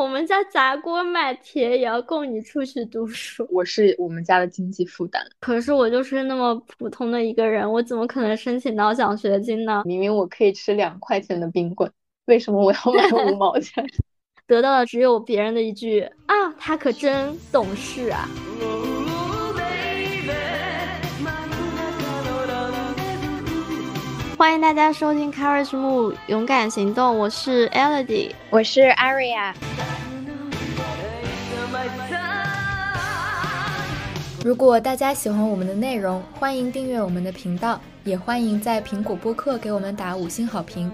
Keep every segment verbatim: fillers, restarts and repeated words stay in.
我们家砸锅买铁也要供你出去读书。 我是我们家的经济负担。 可是我就是那么普通的一个人，我怎么可能申请到奖学金呢？ 明明我可以吃两块钱的冰棍，为什么我要买五毛钱？ 得到的只有别人的一句啊，他可真懂事啊。欢迎大家收听 Courage Move 勇敢行动，我是 Elodie， 我是 Aria。如果大家喜欢我们的内容，欢迎订阅我们的频道，也欢迎在苹果播客给我们打五星好评。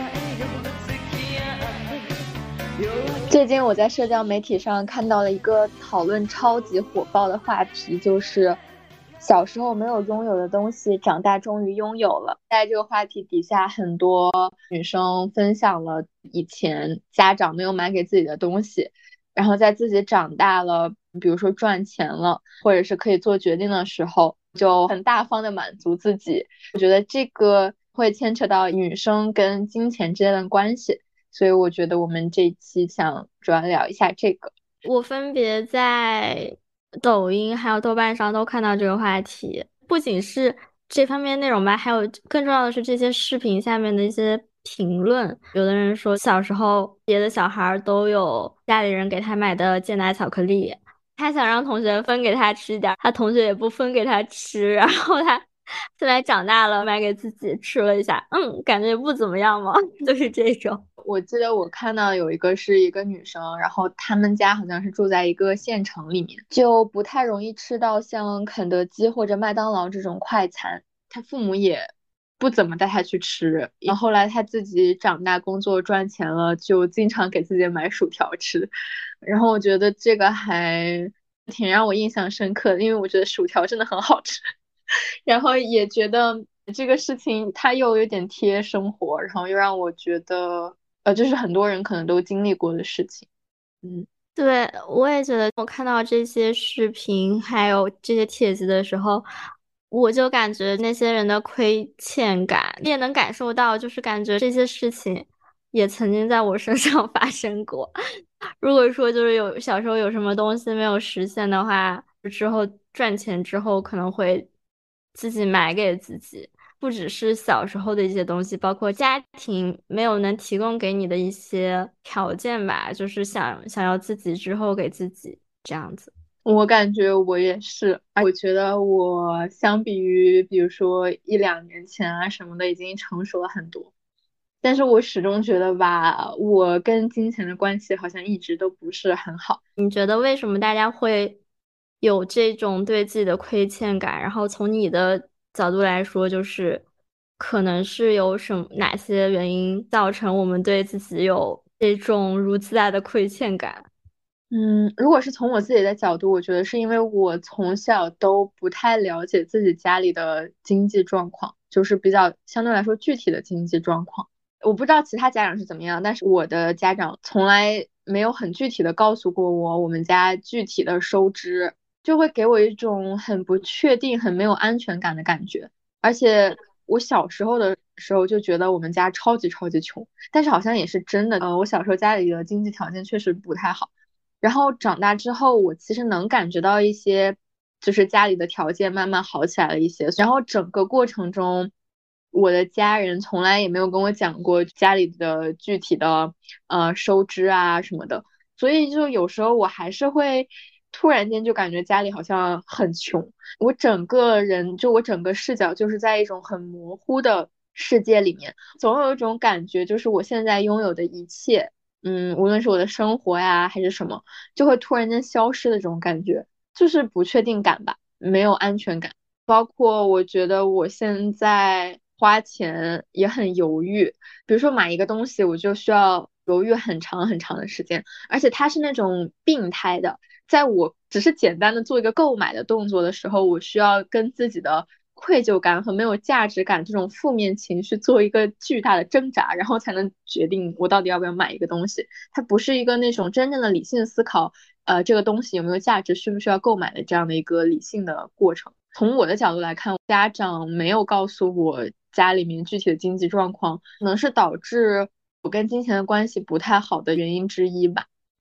最近我在社交媒体上看到了一个讨论超级火爆的话题，就是小时候没有拥有的东西，长大终于拥有了。在这个话题底下，很多女生分享了以前家长没有买给自己的东西，然后在自己长大了，比如说赚钱了，或者是可以做决定的时候，就很大方的满足自己。我觉得这个会牵扯到女生跟金钱之间的关系，所以我觉得我们这一期想主要聊一下这个。 我分别在抖音还有豆瓣上都看到这个话题，不仅是这方面内容吧，还有更重要的是这些视频下面的一些评论。有的人说小时候别的小孩都有家里人给他买的健奶巧克力，他想让同学分给他吃一点，他同学也不分给他吃，然后他现在长大了买给自己吃了一下，嗯，感觉不怎么样嘛，就是这种。 我记得我看到有一个是一个女生，然后他们家好像是住在一个县城里面，就不太容易吃到像肯德基或者麦当劳这种快餐，她父母也不怎么带她去吃。然后后来她自己长大工作赚钱了，就经常给自己买薯条吃。然后我觉得这个还挺让我印象深刻的，因为我觉得薯条真的很好吃。然后也觉得这个事情它又有点贴生活，然后又让我觉得呃，就是很多人可能都经历过的事情。嗯， 对，我也觉得，我看到这些视频还有这些帖子的时候，我就感觉那些人的亏欠感，你也能感受到，就是感觉这些事情也曾经在我身上发生过。如果说就是有小时候有什么东西没有实现的话，之后赚钱之后可能会自己买给自己。不只是小时候的一些东西，包括家庭没有能提供给你的一些条件吧，就是想想要自己之后给自己这样子。 我感觉我也是，我觉得我相比于比如说一两年前啊什么的，已经成熟了很多。但是我始终觉得吧，我跟金钱的关系好像一直都不是很好。 你觉得为什么大家会有这种对自己的亏欠感？然后从你的角度来说，就是可能是有什么哪些原因造成我们对自己有这种如此大的亏欠感？ 嗯，如果是从我自己的角度，我觉得是因为我从小都不太了解自己家里的经济状况，就是比较相对来说具体的经济状况。我不知道其他家长是怎么样，但是我的家长从来没有很具体的告诉过我我们家具体的收支，就会给我一种很不确定、很没有安全感的感觉。而且我小时候的时候就觉得我们家超级超级穷，但是好像也是真的。呃，我小时候家里的经济条件确实不太好。然后长大之后，我其实能感觉到一些，就是家里的条件慢慢好起来了一些。然后整个过程中，我的家人从来也没有跟我讲过家里的具体的呃收支啊什么的，所以就有时候我还是会突然间就感觉家里好像很穷。我整个人就我整个视角就是在一种很模糊的世界里面，总有一种感觉，就是我现在拥有的一切。嗯，无论是我的生活呀还是什么，就会突然间消失的这种感觉，就是不确定感吧，没有安全感。包括我觉得我现在花钱也很犹豫，比如说买一个东西，我就需要犹豫很长很长的时间，而且它是那种病态的，在我只是简单的做一个购买的动作的时候，我需要跟自己的愧疚感和没有价值感这种负面情绪做一个巨大的挣扎，然后才能决定我到底要不要买一个东西。它不是一个那种真正的理性思考，呃，这个东西有没有价值，需不需要购买的这样的一个理性的过程。从我的角度来看，家长没有告诉我家里面具体的经济状况，可能是导致我跟金钱的关系不太好的原因之一吧。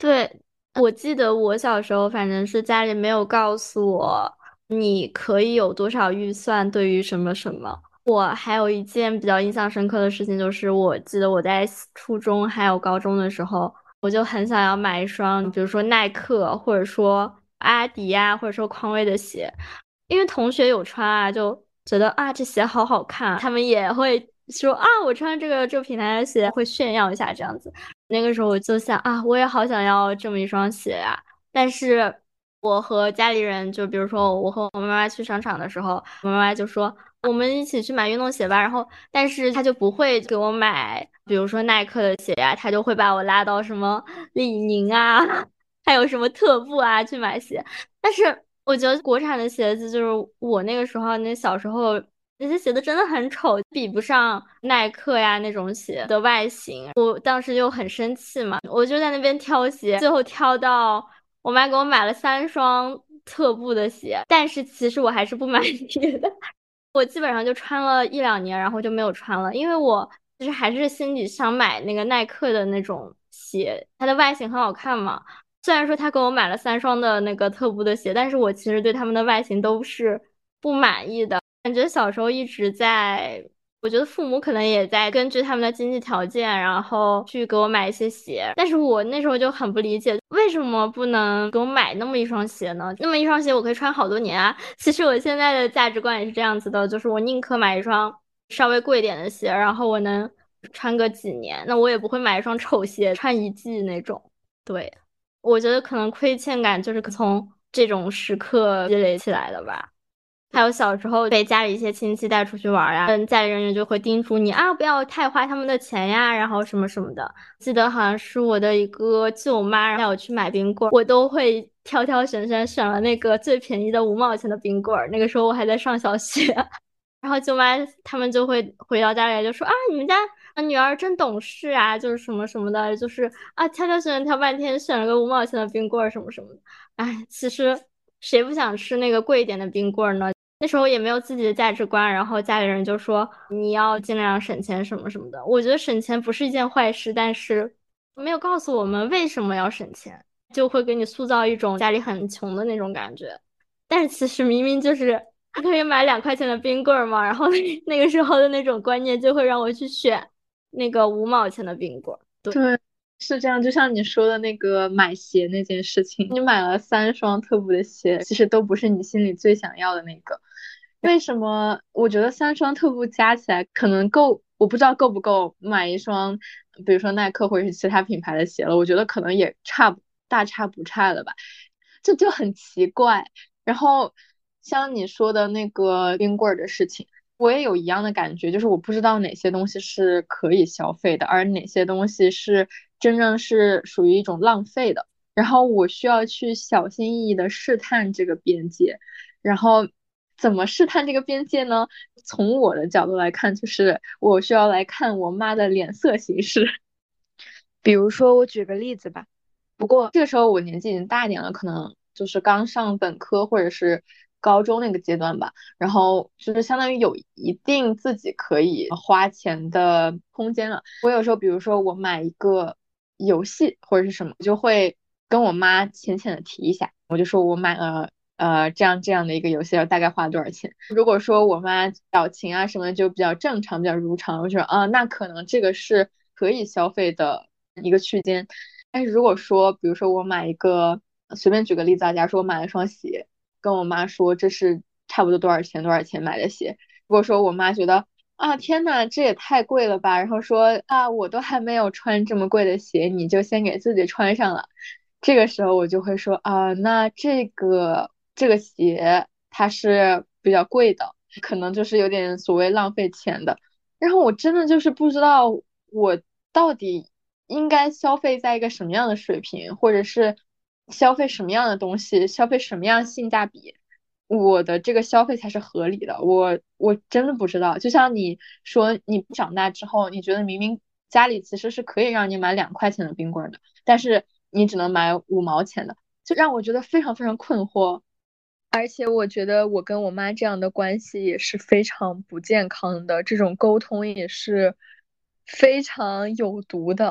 对，我记得我小时候反正是家里没有告诉我你可以有多少预算对于什么什么。我还有一件比较印象深刻的事情，就是我记得我在初中还有高中的时候，我就很想要买一双，比如说耐克，或者说阿迪呀、或者说匡威的鞋，因为同学有穿啊，就觉得啊这鞋好好看，他们也会说啊我穿这个这个品牌的鞋，会炫耀一下这样子。那个时候我就想啊，我也好想要这么一双鞋呀、但是我和家里人，就比如说我和我妈妈去商场的时候，我妈妈就说我们一起去买运动鞋吧。然后，但是她就不会给我买，比如说耐克的鞋呀、她就会把我拉到什么李宁啊，还有什么特步啊去买鞋。但是我觉得国产的鞋子，就是我那个时候那小时候那些鞋子真的很丑，比不上耐克呀那种鞋的外形。我当时就很生气嘛，我就在那边挑鞋，最后挑到我妈给我买了三双特步的鞋，但是其实我还是不满意的。我基本上就穿了一两年，然后就没有穿了，因为我其实还是心里想买那个耐克的那种鞋，它的外形很好看嘛。虽然说他给我买了三双的那个特步的鞋，但是我其实对他们的外形都是不满意的。感觉小时候一直在，我觉得父母可能也在根据他们的经济条件，然后去给我买一些鞋。但是我那时候就很不理解，为什么不能给我买那么一双鞋呢？那么一双鞋我可以穿好多年啊。其实我现在的价值观也是这样子的，就是我宁可买一双稍微贵一点的鞋，然后我能穿个几年，那我也不会买一双丑鞋穿一季那种。对。我觉得可能亏欠感就是从这种时刻积累起来的吧。还有小时候被家里一些亲戚带出去玩呀，嗯，家里人就会叮嘱你啊，不要太花他们的钱呀，然后什么什么的。记得好像是我的一个舅妈带我去买冰棍，我都会挑挑选选，选了那个最便宜的五毛钱的冰棍。那个时候我还在上小学。然后舅妈他们就会回到家里就说啊，你们家女儿真懂事啊，就是什么什么的，就是啊挑挑选选挑半天，选了个五毛钱的冰棍儿什么什么的。哎，其实谁不想吃那个贵一点的冰棍儿呢？那时候也没有自己的价值观，然后家里人就说你要尽量省钱什么什么的。我觉得省钱不是一件坏事，但是没有告诉我们为什么要省钱，就会给你塑造一种家里很穷的那种感觉。但是其实明明就是可以买两块钱的冰棍儿嘛，然后那个时候的那种观念就会让我去选那个五毛钱的冰棍儿。对， 对，是这样。就像你说的那个买鞋那件事情，你买了三双特步的鞋，其实都不是你心里最想要的那个。为什么？我觉得三双特步加起来可能够，我不知道够不够买一双，比如说耐克或者是其他品牌的鞋了。我觉得可能也差不大差不差了吧，这就很奇怪。然后像你说的那个冰棍儿的事情，我也有一样的感觉，就是我不知道哪些东西是可以消费的，而哪些东西是真正是属于一种浪费的。然后我需要去小心翼翼的试探这个边界。然后怎么试探这个边界呢？从我的角度来看，就是我需要来看我妈的脸色行事。比如说，我举个例子吧。不过这个时候我年纪已经大一点了，可能就是刚上本科或者是高中那个阶段吧。然后就是相当于有一定自己可以花钱的空间了。我有时候，比如说我买一个游戏或者是什么，就会跟我妈浅浅的提一下，我就说我买了呃这样这样的一个游戏，要大概花多少钱。如果说我妈表情啊什么的就比较正常，比较如常，我就说啊那可能这个是可以消费的一个区间。但是如果说，比如说我买一个，随便举个例子啊，假如说我买了双鞋，跟我妈说这是差不多多少钱多少钱买的鞋，如果说我妈觉得啊天呐，这也太贵了吧，然后说啊我都还没有穿这么贵的鞋，你就先给自己穿上了，这个时候我就会说啊，那这个这个鞋它是比较贵的，可能就是有点所谓浪费钱的。然后我真的就是不知道我到底应该消费在一个什么样的水平，或者是消费什么样的东西，消费什么样性价比，我的这个消费才是合理的。我我真的不知道。就像你说，你长大之后，你觉得明明家里其实是可以让你买两块钱的冰棍的，但是你只能买五毛钱的，就让我觉得非常非常困惑。而且我觉得我跟我妈这样的关系也是非常不健康的，这种沟通也是非常有毒的。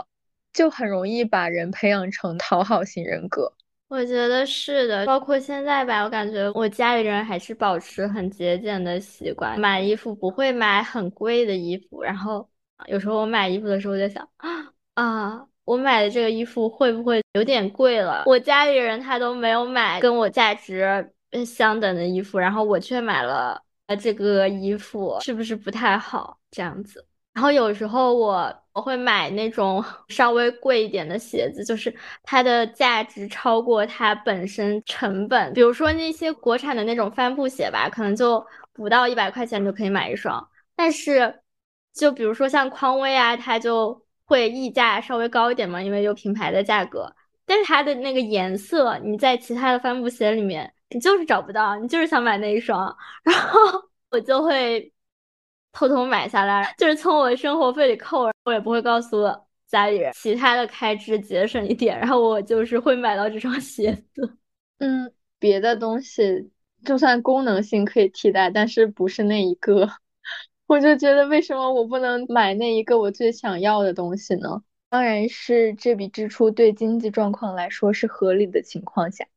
就很容易把人培养成讨好型人格。 我觉得是的，包括现在吧，我感觉我家里人还是保持很节俭的习惯，买衣服不会买很贵的衣服，然后有时候我买衣服的时候我就想啊，我买的这个衣服会不会有点贵了？我家里人他都没有买跟我价值相等的衣服，然后我却买了这个衣服，是不是不太好？这样子。然后有时候我我会买那种稍微贵一点的鞋子，就是它的价值超过它本身成本。比如说那些国产的那种帆布鞋吧，可能就不到一百块钱就可以买一双。但是就比如说像匡威啊，它就会溢价稍微高一点嘛，因为有品牌的价格。但是它的那个颜色，你在其他的帆布鞋里面你就是找不到，你就是想买那一双，然后我就会偷偷买下来，就是从我生活费里扣，我也不会告诉家里人，其他的开支节省一点，然后我就是会买到这双鞋子。 嗯，别的东西就算功能性可以替代，但是不是那一个，我就觉得为什么我不能买那一个我最想要的东西呢？当然是这笔支出对经济状况来说是合理的情况下。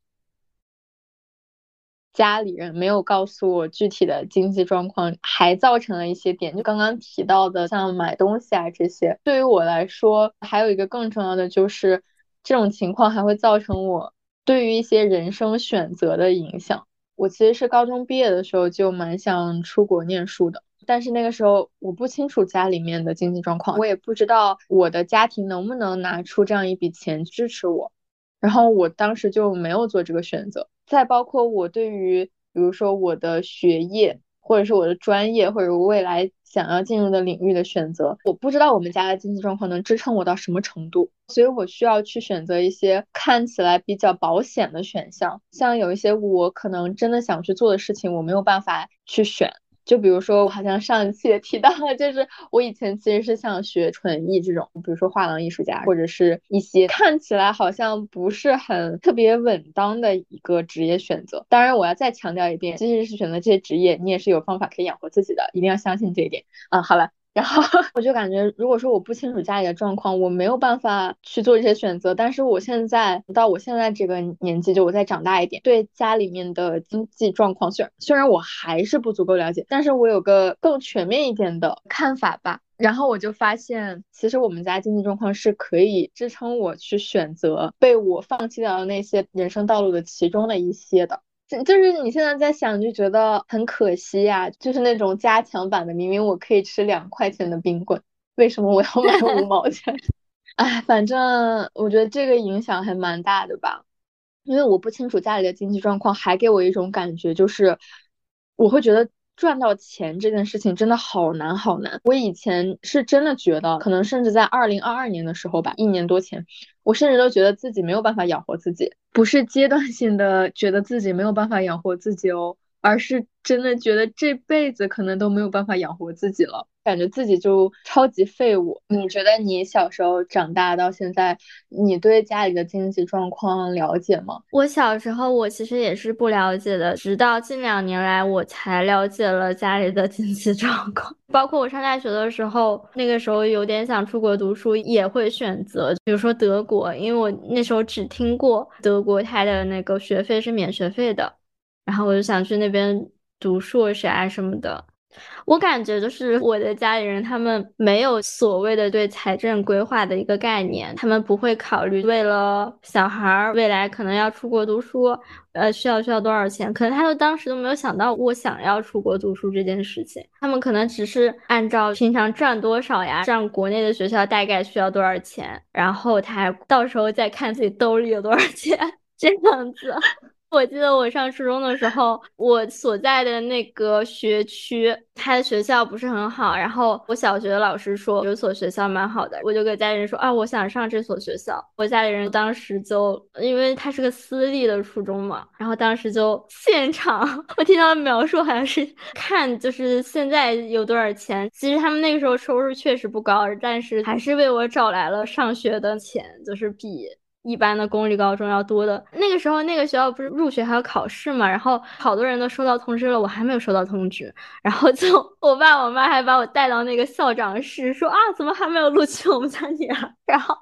家里人没有告诉我具体的经济状况，还造成了一些点，就刚刚提到的像买东西啊这些，对于我来说还有一个更重要的就是这种情况还会造成我对于一些人生选择的影响。我其实是高中毕业的时候就蛮想出国念书的，但是那个时候我不清楚家里面的经济状况，我也不知道我的家庭能不能拿出这样一笔钱支持我，然后我当时就没有做这个选择。再包括我对于比如说我的学业或者是我的专业或者我未来想要进入的领域的选择，我不知道我们家的经济状况能支撑我到什么程度，所以我需要去选择一些看起来比较保险的选项，像有一些我可能真的想去做的事情我没有办法去选。就比如说我好像上一期也提到了，就是我以前其实是想学纯艺这种，比如说画廊艺术家，或者是一些看起来好像不是很特别稳当的一个职业选择。当然我要再强调一遍，即使是选择这些职业，你也是有方法可以养活自己的，一定要相信这一点啊。好了，然后我就感觉如果说我不清楚家里的状况，我没有办法去做这些选择。但是我现在到我现在这个年纪，就我再长大一点，对家里面的经济状况，虽然虽然我还是不足够了解，但是我有个更全面一点的看法吧。然后我就发现其实我们家经济状况是可以支撑我去选择被我放弃掉的那些人生道路的其中的一些的。就是你现在在想就觉得很可惜呀、啊，就是那种加强版的，明明我可以吃两块钱的冰棍，为什么我要买五毛钱？哎，反正我觉得这个影响还蛮大的吧，因为我不清楚家里的经济状况，还给我一种感觉，就是我会觉得赚到钱这件事情真的好难好难。我以前是真的觉得，可能甚至在二零二二年的时候吧，一年多前，我甚至都觉得自己没有办法养活自己，不是阶段性的觉得自己没有办法养活自己哦，而是真的觉得这辈子可能都没有办法养活自己了，感觉自己就超级废物。你觉得你小时候长大到现在，你对家里的经济状况了解吗？ 我小时候我其实也是不了解的，直到近两年来我才了解了家里的经济状况。包括我上大学的时候，那个时候有点想出国读书，也会选择比如说德国，因为我那时候只听过德国它的那个学费是免学费的，然后我就想去那边读硕士啊什么的。我感觉就是我的家里人他们没有所谓的对财政规划的一个概念，他们不会考虑为了小孩未来可能要出国读书，呃，需要需要多少钱，可能他们当时都没有想到我想要出国读书这件事情，他们可能只是按照平常赚多少呀，上国内的学校大概需要多少钱，然后他到时候再看自己兜里有多少钱，这样子。我记得我上初中的时候，我所在的那个学区，它的学校不是很好。然后我小学的老师说有所学校蛮好的，我就给家里人说啊，我想上这所学校。我家里人当时就因为它是个私立的初中嘛，然后当时就现场，我听到的描述好像是看就是现在有多少钱。其实他们那个时候收入确实不高，但是还是为我找来了上学的钱，就是比一般的公立高中要多的。那个时候那个学校不是入学还要考试嘛，然后好多人都收到通知了，我还没有收到通知，然后就我爸我妈还把我带到那个校长室说啊，怎么还没有录取我们家女儿，然后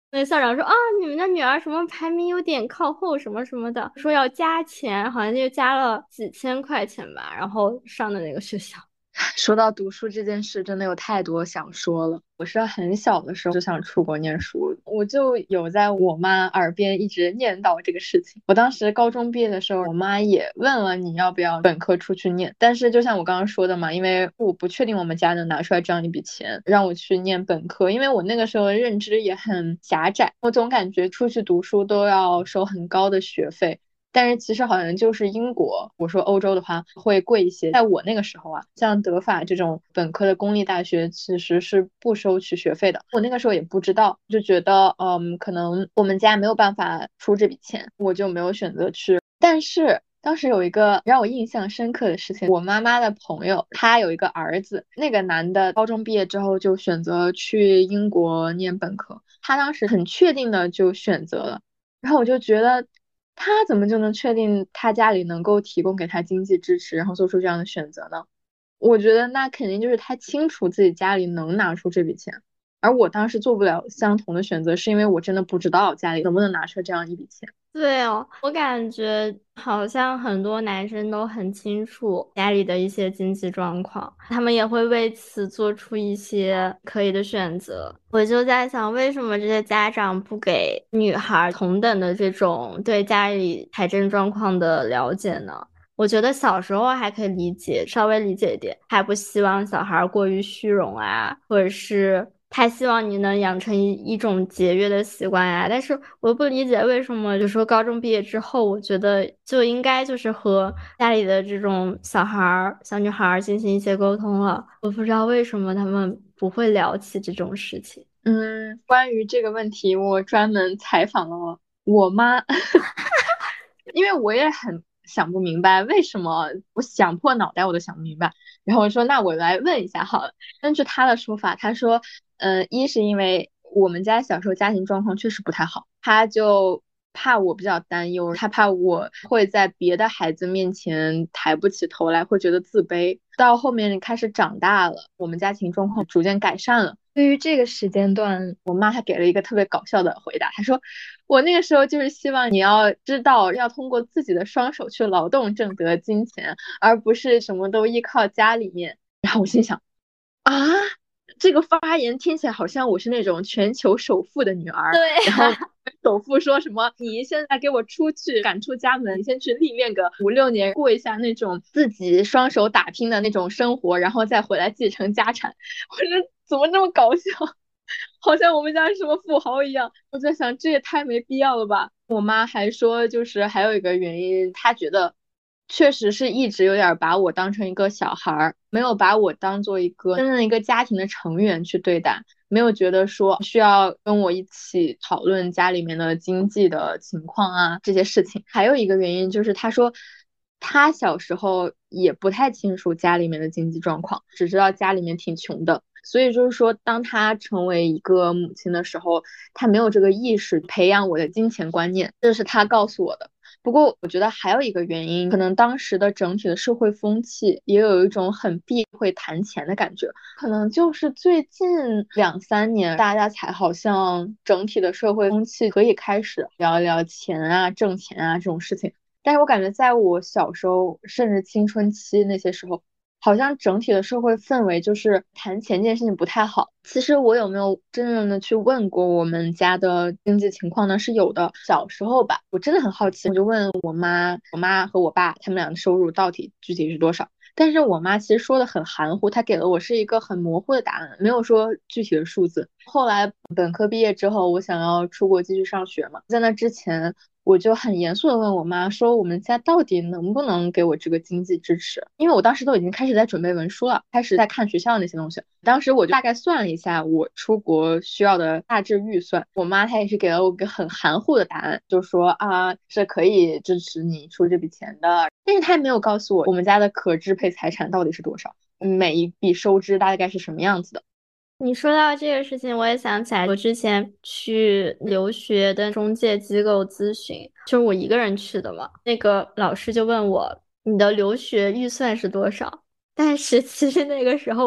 那个校长说啊，你们的女儿什么排名有点靠后什么什么的，说要加钱，好像就加了几千块钱吧，然后上的那个学校。 说到读书这件事，真的有太多想说了。我是很小的时候就想出国念书，我就有在我妈耳边一直念叨这个事情。我当时高中毕业的时候，我妈也问了你要不要本科出去念，但是就像我刚刚说的嘛，因为我不确定我们家能拿出来这样一笔钱让我去念本科，因为我那个时候的认知也很狭窄，我总感觉出去读书都要收很高的学费。但是其实好像就是英国，我说欧洲的话会贵一些。在我那个时候啊，像德法这种本科的公立大学其实是不收取学费的。我那个时候也不知道，就觉得嗯，可能我们家没有办法出这笔钱，我就没有选择去。但是当时有一个让我印象深刻的事情，我妈妈的朋友他有一个儿子，那个男的高中毕业之后就选择去英国念本科，他当时很确定的就选择了，然后我就觉得他怎么就能确定他家里能够提供给他经济支持，然后做出这样的选择呢？我觉得那肯定就是他清楚自己家里能拿出这笔钱，而我当时做不了相同的选择，是因为我真的不知道家里能不能拿出这样一笔钱。 对哦，我感觉好像很多男生都很清楚家里的一些经济状况，他们也会为此做出一些可以的选择。我就在想，为什么这些家长不给女孩同等的这种对家里财政状况的了解呢？我觉得小时候还可以理解，稍微理解一点，还不希望小孩过于虚荣啊，或者是他希望你能养成一一种节约的习惯呀。但是我不理解为什么，就说高中毕业之后，我觉得就应该就是和家里的这种小孩儿、小女孩儿进行一些沟通了。我不知道为什么他们不会聊起这种事情。 嗯，关于这个问题，我专门采访了我妈，因为我也很想不明白为什么，我想破脑袋我都想不明白。然后我说，那我来问一下好了。根据他的说法，他说，呃，一是因为我们家小时候家庭状况确实不太好，他就怕我比较担忧，他怕我会在别的孩子面前抬不起头来，会觉得自卑。到后面开始长大了，我们家庭状况逐渐改善了。对于这个时间段，我妈她给了一个特别搞笑的回答，她说我那个时候就是希望你要知道，要通过自己的双手去劳动挣得金钱，而不是什么都依靠家里面。然后我心想啊，这个发言听起来好像我是那种全球首富的女儿， 对然后首富说什么你现在给我出去，赶出家门，你先去历练个五六年，过一下那种自己双手打拼的那种生活，然后再回来继承家产。我说怎么这么搞笑，好像我们家是什么富豪一样。我在想这也太没必要了吧。我妈还说就是还有一个原因，她觉得确实是一直有点把我当成一个小孩儿，没有把我当做一个真正的一个家庭的成员去对待，没有觉得说需要跟我一起讨论家里面的经济的情况啊这些事情。还有一个原因就是她说她小时候也不太清楚家里面的经济状况，只知道家里面挺穷的，所以就是说当她成为一个母亲的时候，她没有这个意识培养我的金钱观念，这是她告诉我的。不过我觉得还有一个原因，可能当时的整体的社会风气也有一种很避讳谈钱的感觉，可能就是最近两三年大家才好像整体的社会风气可以开始聊一聊钱啊、挣钱啊这种事情。但是我感觉在我小时候甚至青春期那些时候，好像整体的社会氛围就是谈钱这件事情不太好。其实我有没有真正的去问过我们家的经济情况呢？是有的。小时候吧，我真的很好奇，我就问我妈，我妈和我爸他们俩的收入到底具体是多少？但是我妈其实说的很含糊，她给了我是一个很模糊的答案，没有说具体的数字。后来本科毕业之后，我想要出国继续上学嘛，在那之前我就很严肃的问我妈说，我们家到底能不能给我这个经济支持？因为我当时都已经开始在准备文书了，开始在看学校那些东西。当时我就大概算了一下我出国需要的大致预算，我妈她也是给了我一个很含糊的答案，就说啊是可以支持你出这笔钱的，但是她也没有告诉我我们家的可支配财产到底是多少，每一笔收支大概是什么样子的。 你说到这个事情，我也想起来，我之前去留学的中介机构咨询，就是我一个人去的嘛。那个老师就问我，你的留学预算是多少？但是其实那个时候我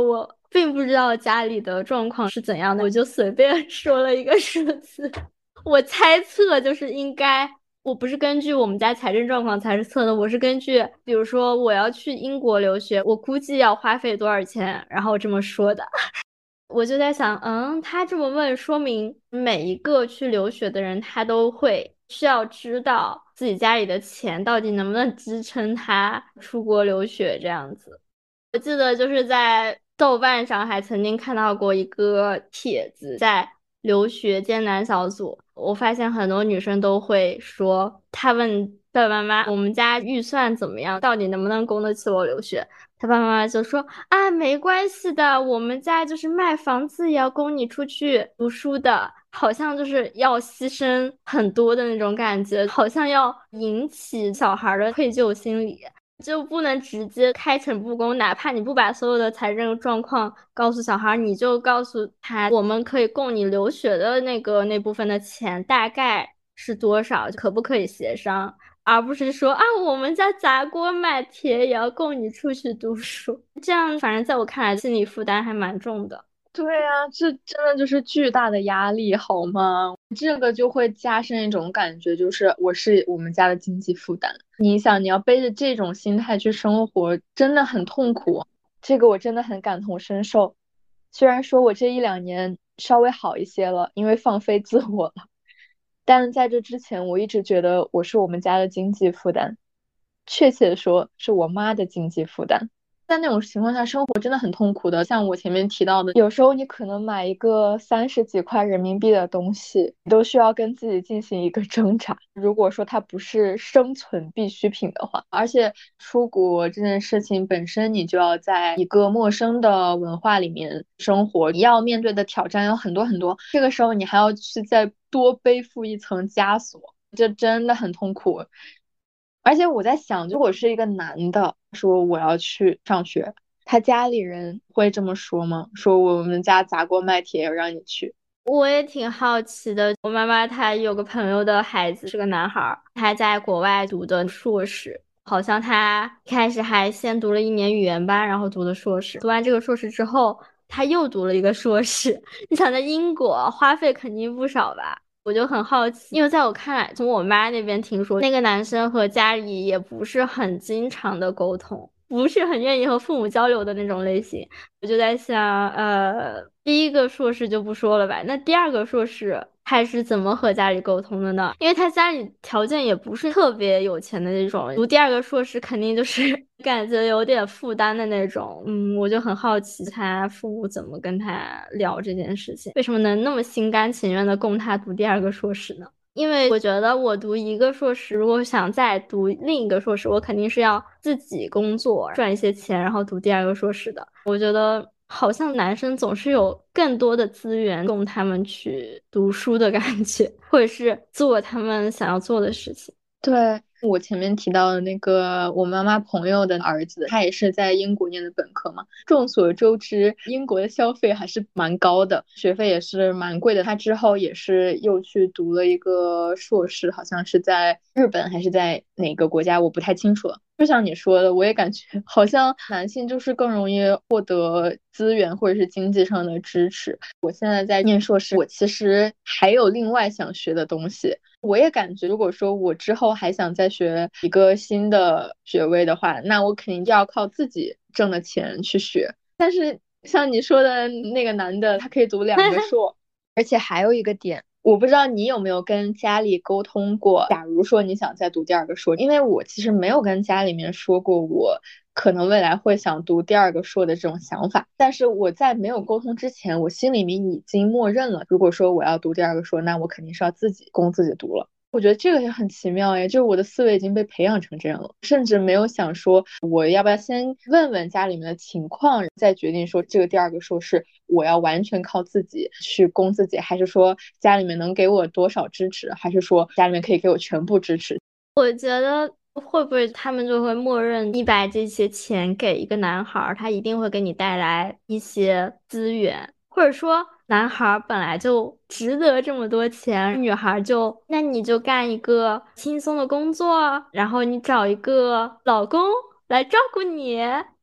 并不知道家里的状况是怎样的，我就随便说了一个数字。我猜测就是应该，我不是根据我们家财政状况猜测的，我是根据比如说我要去英国留学，我估计要花费多少钱，然后这么说的。我就在想，嗯，他这么问，说明每一个去留学的人，他都会需要知道自己家里的钱到底能不能支撑他出国留学这样子。我记得就是在豆瓣上还曾经看到过一个帖子，在留学艰难小组，我发现很多女生都会说，她问爸爸妈妈，我们家预算怎么样，到底能不能供得起我留学？他爸爸妈妈就说啊，没关系的，我们家就是卖房子也要供你出去读书的，好像就是要牺牲很多的那种感觉，好像要引起小孩的愧疚心理，就不能直接开诚布公，哪怕你不把所有的财政状况告诉小孩，你就告诉他，我们可以供你留学的那个那部分的钱大概是多少，可不可以协商？而不是说啊，我们家砸锅卖铁也要供你出去读书，这样反正在我看来心理负担还蛮重的。 对啊，这真的就是巨大的压力，好吗？这个就会加深一种感觉，就是我是我们家的经济负担。你想，你要背着这种心态去生活，真的很痛苦。这个我真的很感同身受。虽然说我这一两年稍微好一些了，因为放飞自我了。但在这之前，我一直觉得我是我们家的经济负担，确切的说是我妈的经济负担。在那种情况下，生活真的很痛苦的。像我前面提到的，有时候你可能买一个三十几块人民币的东西，你都需要跟自己进行一个挣扎。如果说它不是生存必需品的话，而且出国这件事情本身，你就要在一个陌生的文化里面生活，你要面对的挑战有很多很多。这个时候你还要去再多背负一层枷锁，这真的很痛苦。而且我在想，如果是一个男的说我要去上学，他家里人会这么说吗？说我们家砸锅卖铁要让你去。 我也挺好奇的，我妈妈她有个朋友的孩子是个男孩，他在国外读的硕士，好像他一开始还先读了一年语言班，然后读的硕士，读完这个硕士之后，他又读了一个硕士。你想在英国花费肯定不少吧？我就很好奇，因为在我看来，从我妈那边听说，那个男生和家里也不是很经常的沟通，不是很愿意和父母交流的那种类型。我就在想，呃，第一个硕士就不说了吧，那第二个硕士他是怎么和家里沟通的呢？因为他家里条件也不是特别有钱的那种，读第二个硕士肯定就是感觉有点负担的那种。嗯，我就很好奇他父母怎么跟他聊这件事情，为什么能那么心甘情愿的供他读第二个硕士呢？因为我觉得我读一个硕士，如果想再读另一个硕士，我肯定是要自己工作赚一些钱，然后读第二个硕士的。我觉得好像男生总是有更多的资源供他们去读书的感觉，或者是做他们想要做的事情。 对，我前面提到的那个我妈妈朋友的儿子，他也是在英国念的本科嘛。众所周知，英国的消费还是蛮高的，学费也是蛮贵的。他之后也是又去读了一个硕士，好像是在日本还是在哪个国家，我不太清楚了。就像你说的，我也感觉好像男性就是更容易获得资源或者是经济上的支持。我现在在念硕士，我其实还有另外想学的东西。我也感觉，如果说我之后还想再学一个新的学位的话，那我肯定就要靠自己挣的钱去学。但是像你说的那个男的，他可以读两个硕，而且还有一个点，我不知道你有没有跟家里沟通过，假如说你想再读第二个硕，因为我其实没有跟家里面说过我可能未来会想读第二个硕的这种想法，但是我在没有沟通之前，我心里面已经默认了，如果说我要读第二个硕，那我肯定是要自己供自己读了。我觉得这个也很奇妙耶，就是我的思维已经被培养成这样了，甚至没有想说我要不要先问问家里面的情况，再决定说这个第二个硕士我要完全靠自己去供自己，还是说家里面能给我多少支持，还是说家里面可以给我全部支持。 我觉得会不会他们就会默认你把这些钱给一个男孩，他一定会给你带来一些资源，或者说男孩本来就值得这么多钱，女孩就那你就干一个轻松的工作，然后你找一个老公来照顾你，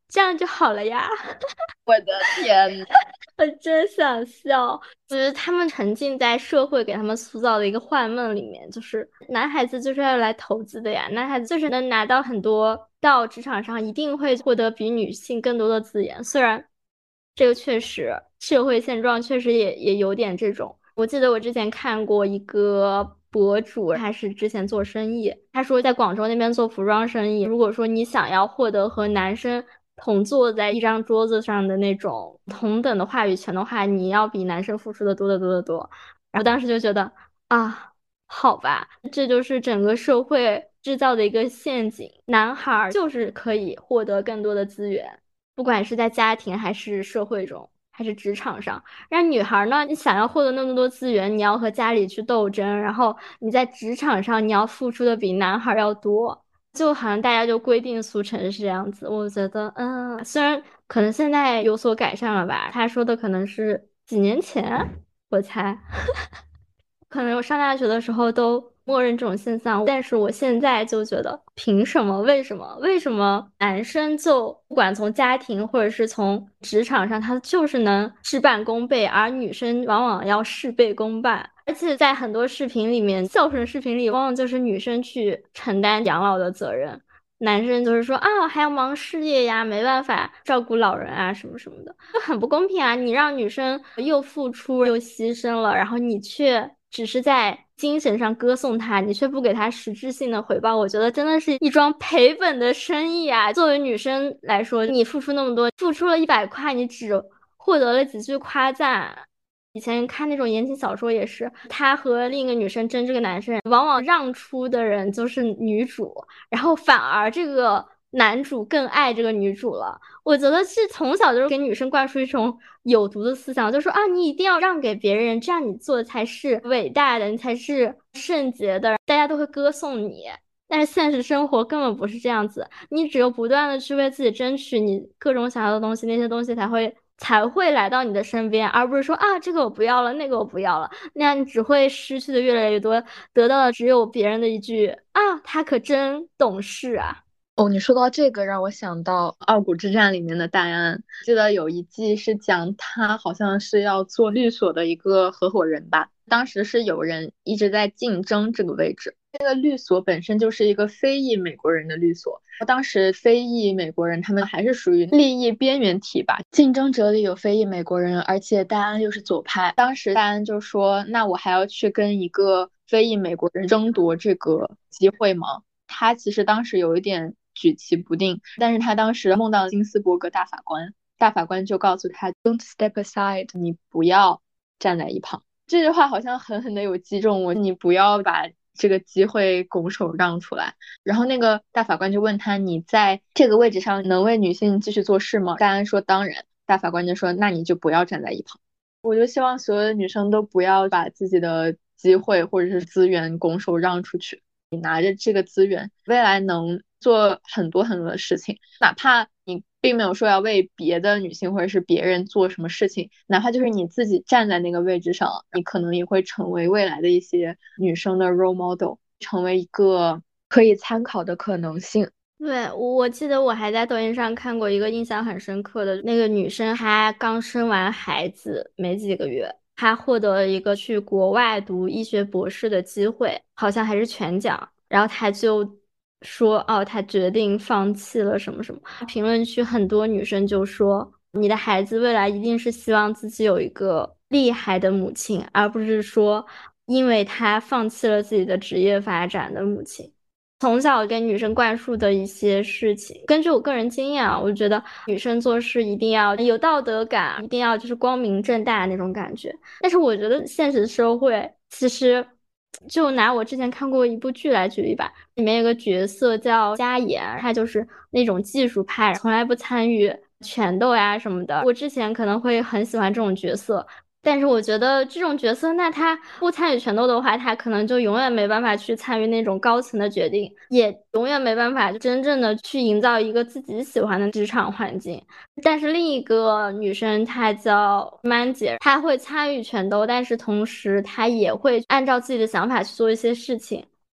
这样就好了呀。 我的天呐， 我真想笑，就是他们沉浸在社会给他们塑造的一个幻梦里面，就是男孩子就是要来投资的呀，男孩子就是能拿到很多，到职场上一定会获得比女性更多的资源。虽然这个确实社会现状确实也也有点这种。我记得我之前看过一个博主，他是之前做生意，他说在广州那边做服装生意，如果说你想要获得和男生同坐在一张桌子上的那种同等的话语权的话，你要比男生付出的多得多得多。然后当时就觉得啊，好吧，这就是整个社会制造的一个陷阱，男孩就是可以获得更多的资源，不管是在家庭还是社会中还是职场上。让女孩呢，你想要获得那么多资源，你要和家里去斗争，然后你在职场上你要付出的比男孩要多，就好像大家就规定俗成是这样子。我觉得嗯，虽然可能现在有所改善了吧，他说的可能是几年前，我猜可能我上大学的时候都默认这种现象，但是我现在就觉得凭什么？为什么？为什么男生就不管从家庭或者是从职场上，他就是能事半功倍，而女生往往要事倍功半？而且在很多视频里面，孝顺视频里，往往就是女生去承担养老的责任，男生就是说啊，还要忙事业呀，没办法照顾老人啊，什么什么的，就很不公平啊！你让女生又付出又牺牲了，然后你却只是在精神上歌颂她，你却不给她实质性的回报，我觉得真的是一桩赔本的生意啊！作为女生来说，你付出那么多，付出了一百块，你只获得了几句夸赞。以前看那种言情小说也是，他和另一个女生争这个男生，往往让出的人就是女主，然后反而这个男主更爱这个女主了。我觉得是从小就是给女生灌输一种有毒的思想，就说啊，你一定要让给别人，这样你做的才是伟大的，你才是圣洁的，大家都会歌颂你。但是现实生活根本不是这样子，你只有不断的去为自己争取你各种想要的东西，那些东西才会才会来到你的身边，而不是说啊，这个我不要了，那个我不要了，那样你只会失去的越来越多，得到的只有别人的一句啊，他可真懂事啊。 哦，你说到这个，让我想到《傲骨之战》里面的戴安，记得有一季是讲他好像是要做律所的一个合伙人吧，当时是有人一直在竞争这个位置。这个律所本身就是一个非裔美国人的律所，当时非裔美国人他们还是属于利益边缘体吧，竞争者里有非裔美国人，而且戴安又是左派，当时戴安就说，那我还要去跟一个非裔美国人争夺这个机会吗？他其实当时有一点举棋不定，但是他当时梦到金斯伯格大法官，大法官就告诉他 Don't step aside， 你不要站在一旁。这句话好像狠狠的有击中我，你不要把这个机会拱手让出来。然后那个大法官就问他，你在这个位置上能为女性继续做事吗？戴安说当然。大法官就说，那你就不要站在一旁。我就希望所有的女生都不要把自己的机会或者是资源拱手让出去，你拿着这个资源，未来能做很多很多的事情，哪怕你并没有说要为别的女性或者是别人做什么事情，哪怕就是你自己站在那个位置上，你可能也会成为未来的一些女生的 role model， 成为一个可以参考的可能性。 对，我记得我还在抖音上看过一个印象很深刻的那个女生，她刚生完孩子没几个月，她获得了一个去国外读医学博士的机会，好像还是全奖，然后她就说哦，她决定放弃了什么什么。评论区很多女生就说，你的孩子未来一定是希望自己有一个厉害的母亲，而不是说因为她放弃了自己的职业发展的母亲。从小跟女生灌输的一些事情，根据我个人经验啊，我觉得女生做事一定要有道德感，一定要就是光明正大那种感觉。但是我觉得现实社会其实，就拿我之前看过一部剧来举例吧，里面有个角色叫嘉妍，她就是那种技术派，从来不参与拳斗呀什么的。我之前可能会很喜欢这种角色。但是我觉得这种角色，那他不参与拳斗的话，他可能就永远没办法去参与那种高层的决定，也永远没办法真正的去营造一个自己喜欢的职场环境。但是另一个女生，她叫曼姐，她会参与拳斗，但是同时她也会按照自己的想法去做一些事情。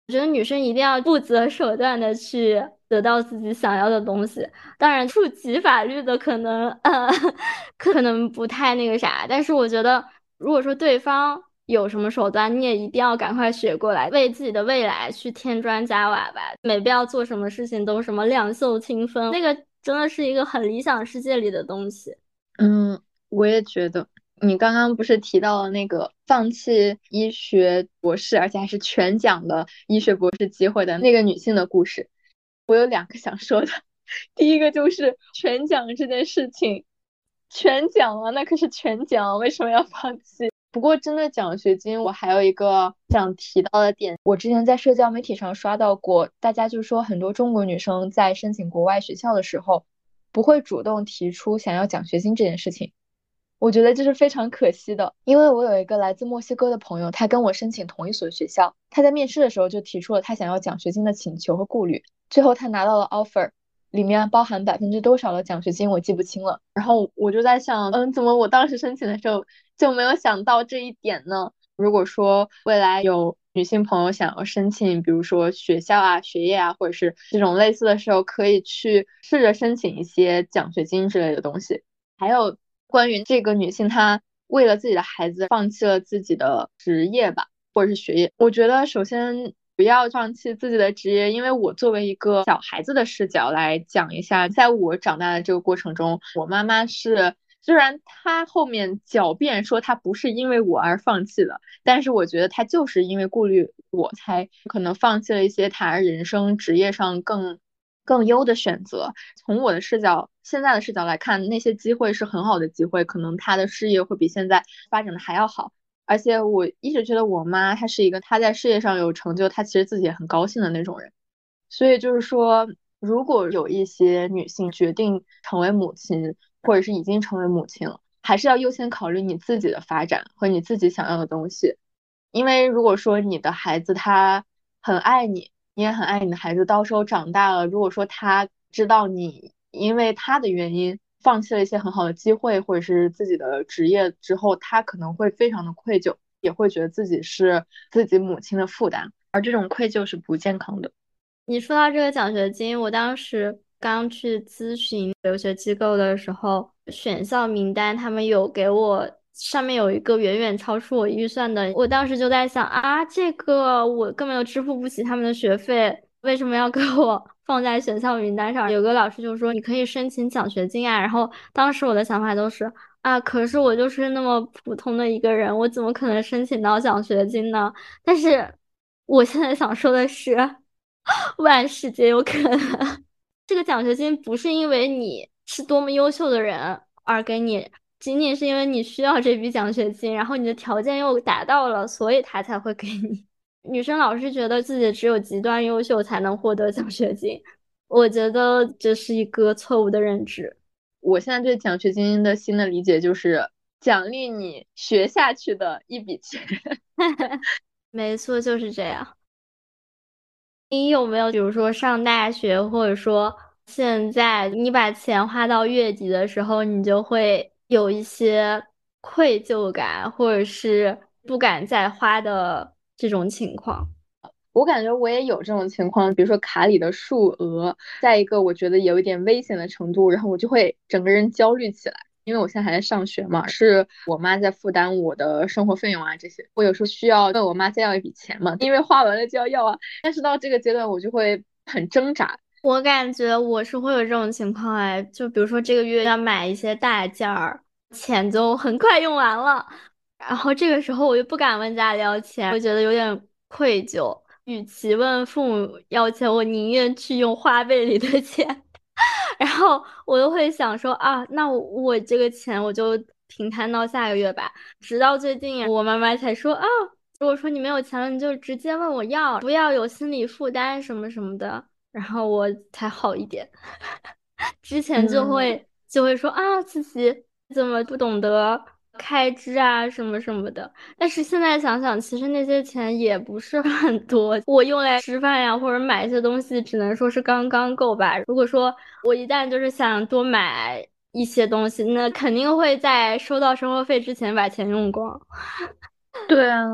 我觉得女生一定要不择手段的去得到自己想要的东西。当然触及法律的可能呃可能不太那个啥，但是我觉得如果说对方有什么手段，你也一定要赶快学过来，为自己的未来去添砖加瓦吧。没必要做什么事情都什么两袖清风，那个真的是一个很理想世界里的东西。 嗯，我也觉得。你刚刚不是提到了那个放弃医学博士，而且还是全奖的医学博士机会的那个女性的故事，我有两个想说的。第一个就是全奖这件事情，全奖啊，那可是全奖，为什么要放弃？不过针对奖学金，我还有一个想提到的点，我之前在社交媒体上刷到过，大家就说很多中国女生在申请国外学校的时候，不会主动提出想要奖学金这件事情。我觉得这是非常可惜的，因为我有一个来自墨西哥的朋友，他跟我申请同一所学校，他在面试的时候就提出了他想要奖学金的请求和顾虑，最后他拿到了 offer， 里面包含百分之多少的奖学金我记不清了，然后我就在想，嗯，怎么我当时申请的时候就没有想到这一点呢？如果说未来有女性朋友想要申请，比如说学校啊、学业啊，或者是这种类似的时候，可以去试着申请一些奖学金之类的东西。还有关于这个女性，她为了自己的孩子放弃了自己的职业吧，或者是学业。我觉得首先不要放弃自己的职业，因为我作为一个小孩子的视角来讲一下，在我长大的这个过程中，我妈妈是虽然她后面狡辩说她不是因为我而放弃的，但是我觉得她就是因为顾虑我才可能放弃了一些她人生职业上更更优的选择。从我的视角，现在的视角来看，那些机会是很好的机会，可能她的事业会比现在发展的还要好。而且我一直觉得我妈她是一个她在事业上有成就，她其实自己也很高兴的那种人。所以就是说，如果有一些女性决定成为母亲，或者是已经成为母亲了，还是要优先考虑你自己的发展和你自己想要的东西。因为如果说你的孩子他很爱你，你也很爱你的孩子，到时候长大了，如果说他知道你因为他的原因放弃了一些很好的机会，或者是自己的职业之后，他可能会非常的愧疚，也会觉得自己是自己母亲的负担，而这种愧疚是不健康的。 你说到这个奖学金，我当时刚去咨询留学机构的时候，选校名单他们有给我，上面有一个远远超出我预算的，我当时就在想啊，这个我根本就支付不起他们的学费，为什么要给我放在选校名单上？有个老师就说你可以申请奖学金啊，然后当时我的想法都是啊，可是我就是那么普通的一个人，我怎么可能申请到奖学金呢？但是我现在想说的是，万事皆有可能。这个奖学金不是因为你是多么优秀的人而给你，仅仅是因为你需要这笔奖学金，然后你的条件又达到了，所以他才会给你。女生老是觉得自己只有极端优秀才能获得奖学金，我觉得这是一个错误的认知。 我现在对奖学金的新的理解就是奖励你学下去的一笔钱。 没错，就是这样。你有没有比如说上大学，或者说现在你把钱花到月底的时候，你就会有一些愧疚感，或者是不敢再花的这种情况？ 我感觉我也有这种情况，比如说卡里的数额，再一个我觉得有一点危险的程度，然后我就会整个人焦虑起来。因为我现在还在上学嘛，是我妈在负担我的生活费用啊这些，我有时候需要问我妈再要一笔钱嘛，因为花完了就要要啊。但是到这个阶段我就会很挣扎。 我感觉我是会有这种情况哎，就比如说这个月要买一些大件儿，钱就很快用完了，然后这个时候我又不敢问家里要钱，我觉得有点愧疚。与其问父母要钱，我宁愿去用花呗里的钱。然后我又会想说啊，那我我这个钱我就平摊到下个月吧。直到最近，我妈妈才说啊，如果说你没有钱了，你就直接问我要，不要有心理负担什么什么的。然后我才好一点。之前就会、嗯、就会说啊，自己怎么不懂得开支啊什么什么的，但是现在想想，其实那些钱也不是很多，我用来吃饭呀或者买一些东西，只能说是刚刚够吧。如果说我一旦就是想多买一些东西，那肯定会在收到生活费之前把钱用光。 对啊，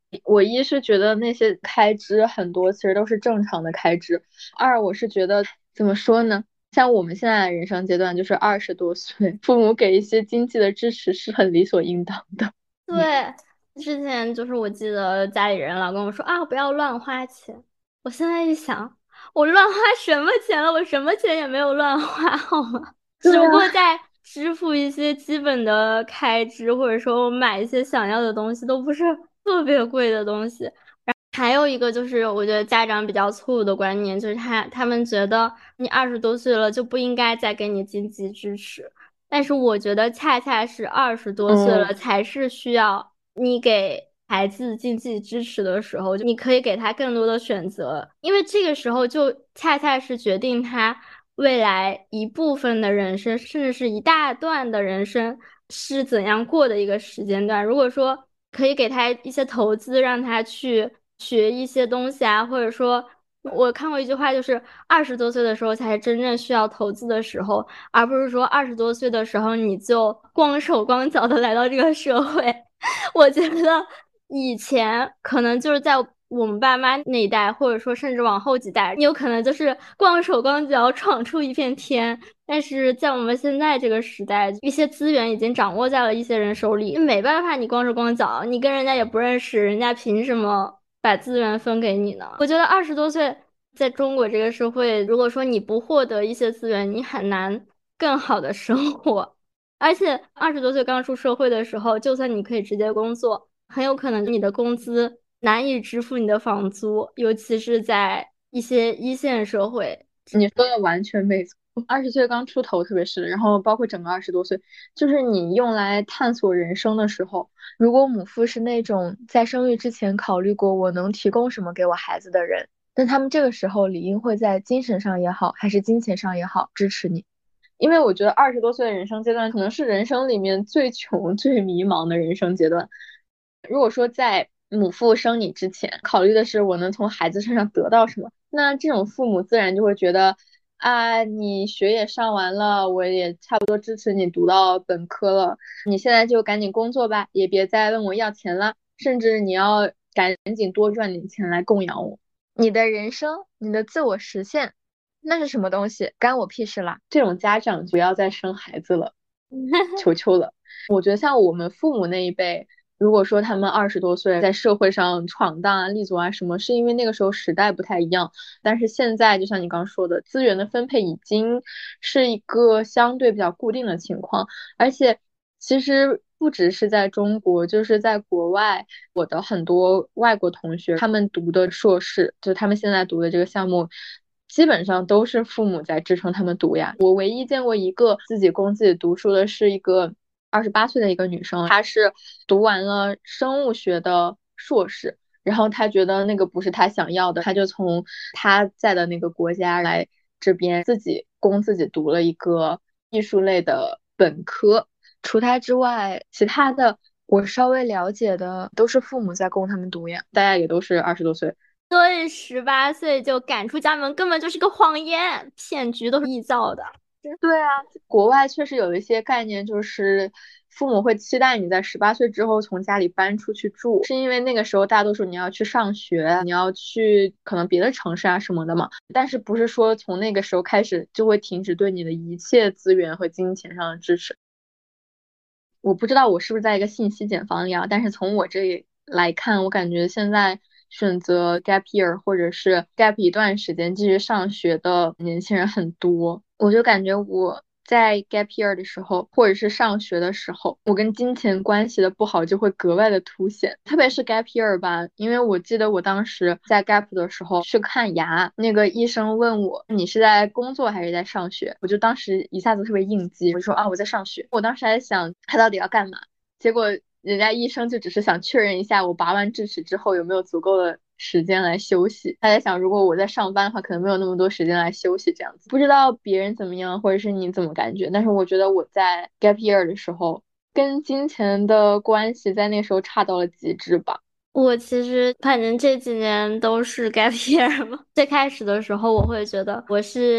我一是觉得那些开支很多其实都是正常的开支，二我是觉得怎么说呢，像我们现在的人生阶段就是二十多岁，父母给一些经济的支持是很理所应当的。 对，之前就是我记得家里人老跟我说啊，不要乱花钱。我现在一想，我乱花什么钱了？我什么钱也没有乱花，好吗？只不过在支付一些基本的开支，或者说我买一些想要的东西，都不是特别贵的东西。还有一个就是，我觉得家长比较错误的观念，就是他他们觉得你二十多岁了就不应该再给你经济支持，但是我觉得恰恰是二十多岁了才是需要你给孩子经济支持的时候，你可以给他更多的选择，因为这个时候就恰恰是决定他未来一部分的人生，甚至是一大段的人生是怎样过的一个时间段。如果说可以给他一些投资，让他去学一些东西啊，或者说我看过一句话，就是二十多岁的时候才是真正需要投资的时候，而不是说二十多岁的时候你就光手光脚的来到这个社会。我觉得以前可能就是在我们爸妈那一代，或者说甚至往后几代，你有可能就是光手光脚闯出一片天。但是在我们现在这个时代，一些资源已经掌握在了一些人手里，没办法，你光手光脚，你跟人家也不认识，人家凭什么把资源分给你呢？我觉得二十多岁在中国这个社会，如果说你不获得一些资源，你很难更好的生活。而且二十多岁刚出社会的时候，就算你可以直接工作，很有可能你的工资难以支付你的房租，尤其是在一些一线社会。 你说的完全没错，二十岁刚出头，特别是，然后包括整个二十多岁，就是你用来探索人生的时候，如果母父是那种在生育之前考虑过我能提供什么给我孩子的人，那他们这个时候理应会在精神上也好，还是金钱上也好支持你。因为我觉得二十多岁的人生阶段可能是人生里面最穷、最迷茫的人生阶段。如果说在母父生你之前，考虑的是我能从孩子身上得到什么，那这种父母自然就会觉得啊，你学也上完了，我也差不多支持你读到本科了，你现在就赶紧工作吧，也别再问我要钱了，甚至你要赶紧多赚点钱来供养我。你的人生，你的自我实现，那是什么东西？干我屁事啦！这种家长不要再生孩子了，求求了。我觉得像我们父母那一辈，如果说他们二十多岁在社会上闯荡啊、立足啊什么，是因为那个时候时代不太一样。但是现在就像你刚说的，资源的分配已经是一个相对比较固定的情况，而且其实不只是在中国，就是在国外，我的很多外国同学，他们读的硕士，就他们现在读的这个项目，基本上都是父母在支撑他们读呀。我唯一见过一个自己供自己读书的是一个二十八岁的一个女生，她是读完了生物学的硕士，然后她觉得那个不是她想要的，她就从她在的那个国家来这边自己供自己读了一个艺术类的本科。除他之外，其他的我稍微了解的都是父母在供他们读呀，大家也都是二十多岁。 所以十八岁就赶出家门，根本就是个谎言，骗局都是臆造的。 对啊，国外确实有一些概念，就是父母会期待你在十八岁之后从家里搬出去住，是因为那个时候大多数你要去上学，你要去可能别的城市啊什么的嘛。但是不是说从那个时候开始就会停止对你的一切资源和金钱上的支持。我不知道我是不是在一个信息茧房里啊，但是从我这里来看，我感觉现在选择 gap year 或者是 gap 一段时间继续上学的年轻人很多，我就感觉我在 gap year 的时候，或者是上学的时候，我跟金钱关系的不好就会格外的凸显，特别是 gap year 吧，因为我记得我当时在 gap 的时候去看牙，那个医生问我你是在工作还是在上学，我就当时一下子特别应激，我就说啊我在上学，我当时还想他到底要干嘛，结果人家医生就只是想确认一下我拔完智齿之后有没有足够的时间来休息。他在想，如果我在上班的话，可能没有那么多时间来休息这样子。不知道别人怎么样，或者是你怎么感觉？但是我觉得我在 gap year 的时候，跟金钱的关系在那时候差到了极致吧。 我其实反正这几年都是 gap year 嘛。最开始的时候，我会觉得我是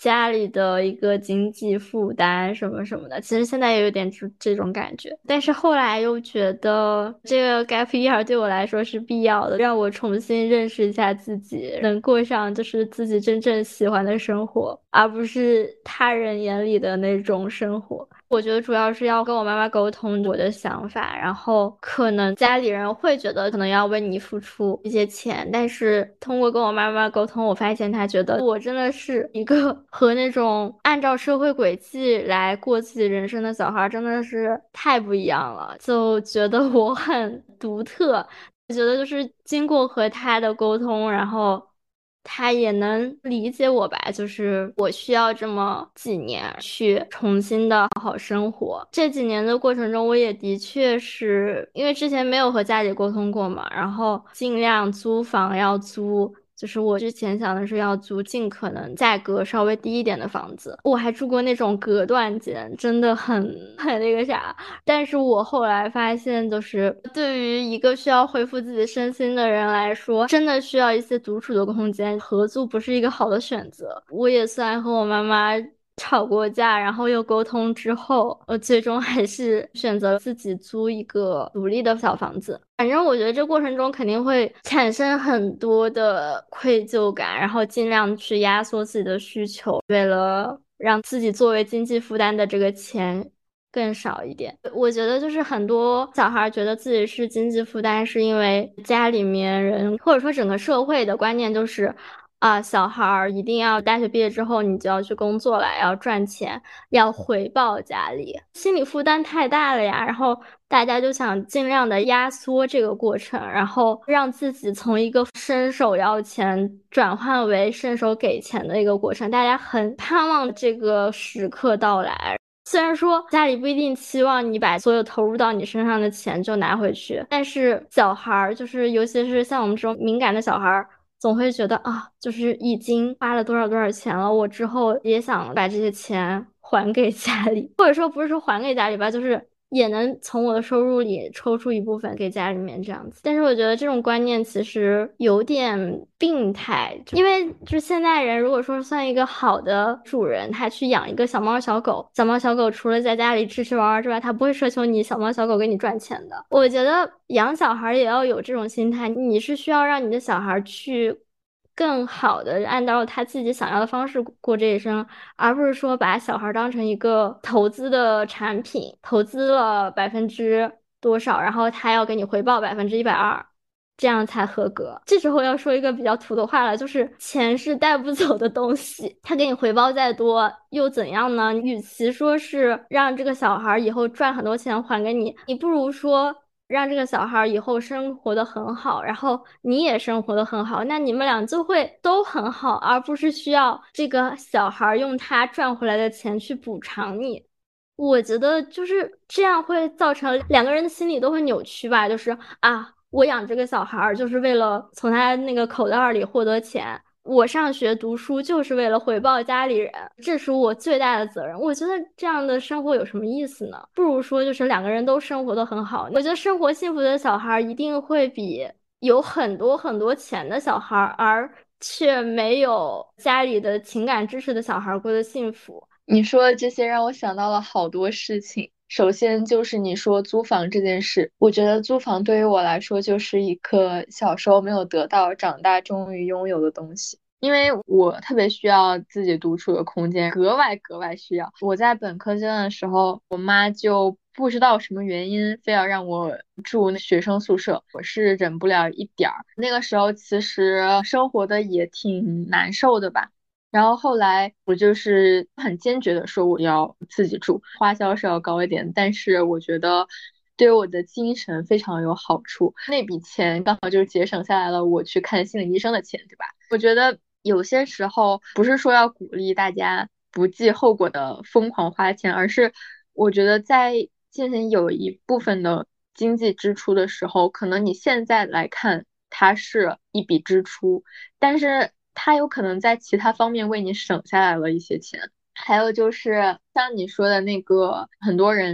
家里的一个经济负担什么什么的，其实现在也有点这这种感觉，但是后来又觉得这个 gap year 对我来说是必要的，让我重新认识一下自己，能过上就是自己真正喜欢的生活，而不是他人眼里的那种生活。我觉得主要是要跟我妈妈沟通我的想法，然后可能家里人会觉得可能要为你付出一些钱，但是通过跟我妈妈沟通，我发现她觉得我真的是一个和那种按照社会轨迹来过自己人生的小孩真的是太不一样了，就觉得我很独特。我觉得就是经过和他的沟通，然后他也能理解我吧，就是我需要这么几年去重新的好好生活。这几年的过程中，我也的确是因为之前没有和家里沟通过嘛，然后尽量租房要租。就是我之前想的是要租尽可能价格稍微低一点的房子，我还住过那种隔断间，真的很很那个啥。但是我后来发现，就是对于一个需要恢复自己身心的人来说，真的需要一些独处的空间，合租不是一个好的选择。我也算和我妈妈吵过架，然后又沟通之后，我最终还是选择自己租一个独立的小房子。反正我觉得这过程中肯定会产生很多的愧疚感，然后尽量去压缩自己的需求，为了让自己作为经济负担的这个钱更少一点。我觉得就是很多小孩觉得自己是经济负担，是因为家里面人或者说整个社会的观念就是啊，小孩一定要大学毕业之后你就要去工作了，要赚钱，要回报家里，心理负担太大了呀。然后大家就想尽量的压缩这个过程，然后让自己从一个伸手要钱转换为伸手给钱的一个过程，大家很盼望这个时刻到来。虽然说家里不一定期望你把所有投入到你身上的钱就拿回去，但是小孩儿就是尤其是像我们这种敏感的小孩儿，总会觉得啊，就是已经花了多少多少钱了，我之后也想把这些钱还给家里，或者说不是说还给家里吧，就是也能从我的收入里抽出一部分给家里面这样子。但是我觉得这种观念其实有点病态，因为就是现在人如果说算一个好的主人，他去养一个小猫小狗，小猫小狗除了在家里吃吃玩玩之外，他不会奢求你小猫小狗给你赚钱的。我觉得养小孩也要有这种心态，你是需要让你的小孩去更好的按照他自己想要的方式过这一生，而不是说把小孩当成一个投资的产品，投资了百分之多少，然后他要给你回报百分之一百二，这样才合格。这时候要说一个比较土的话了，就是钱是带不走的东西，他给你回报再多又怎样呢？与其说是让这个小孩以后赚很多钱还给你，你不如说让这个小孩以后生活的很好，然后你也生活的很好，那你们俩就会都很好，而不是需要这个小孩用他赚回来的钱去补偿你。我觉得就是这样会造成两个人的心理都会扭曲吧，就是啊，我养这个小孩就是为了从他那个口袋里获得钱，我上学读书就是为了回报家里人，这是我最大的责任。我觉得这样的生活有什么意思呢？不如说就是两个人都生活的很好。我觉得生活幸福的小孩一定会比有很多很多钱的小孩而却没有家里的情感支持的小孩过得幸福。 你说的这些让我想到了好多事情。首先就是你说租房这件事，我觉得租房对于我来说就是一个小时候没有得到，长大终于拥有的东西。因为我特别需要自己独处的空间，格外格外需要。我在本科阶段的时候，我妈就不知道什么原因，非要让我住学生宿舍，我是忍不了一点儿。那个时候其实生活的也挺难受的吧。然后后来我就是很坚决的说我要自己住，花销是要高一点，但是我觉得对我的精神非常有好处。那笔钱刚好就是节省下来了我去看心理医生的钱，对吧？我觉得有些时候不是说要鼓励大家不计后果的疯狂花钱，而是我觉得在进行有一部分的经济支出的时候，可能你现在来看它是一笔支出，但是它有可能在其他方面为你省下来了一些钱。还有就是像你说的那个，很多人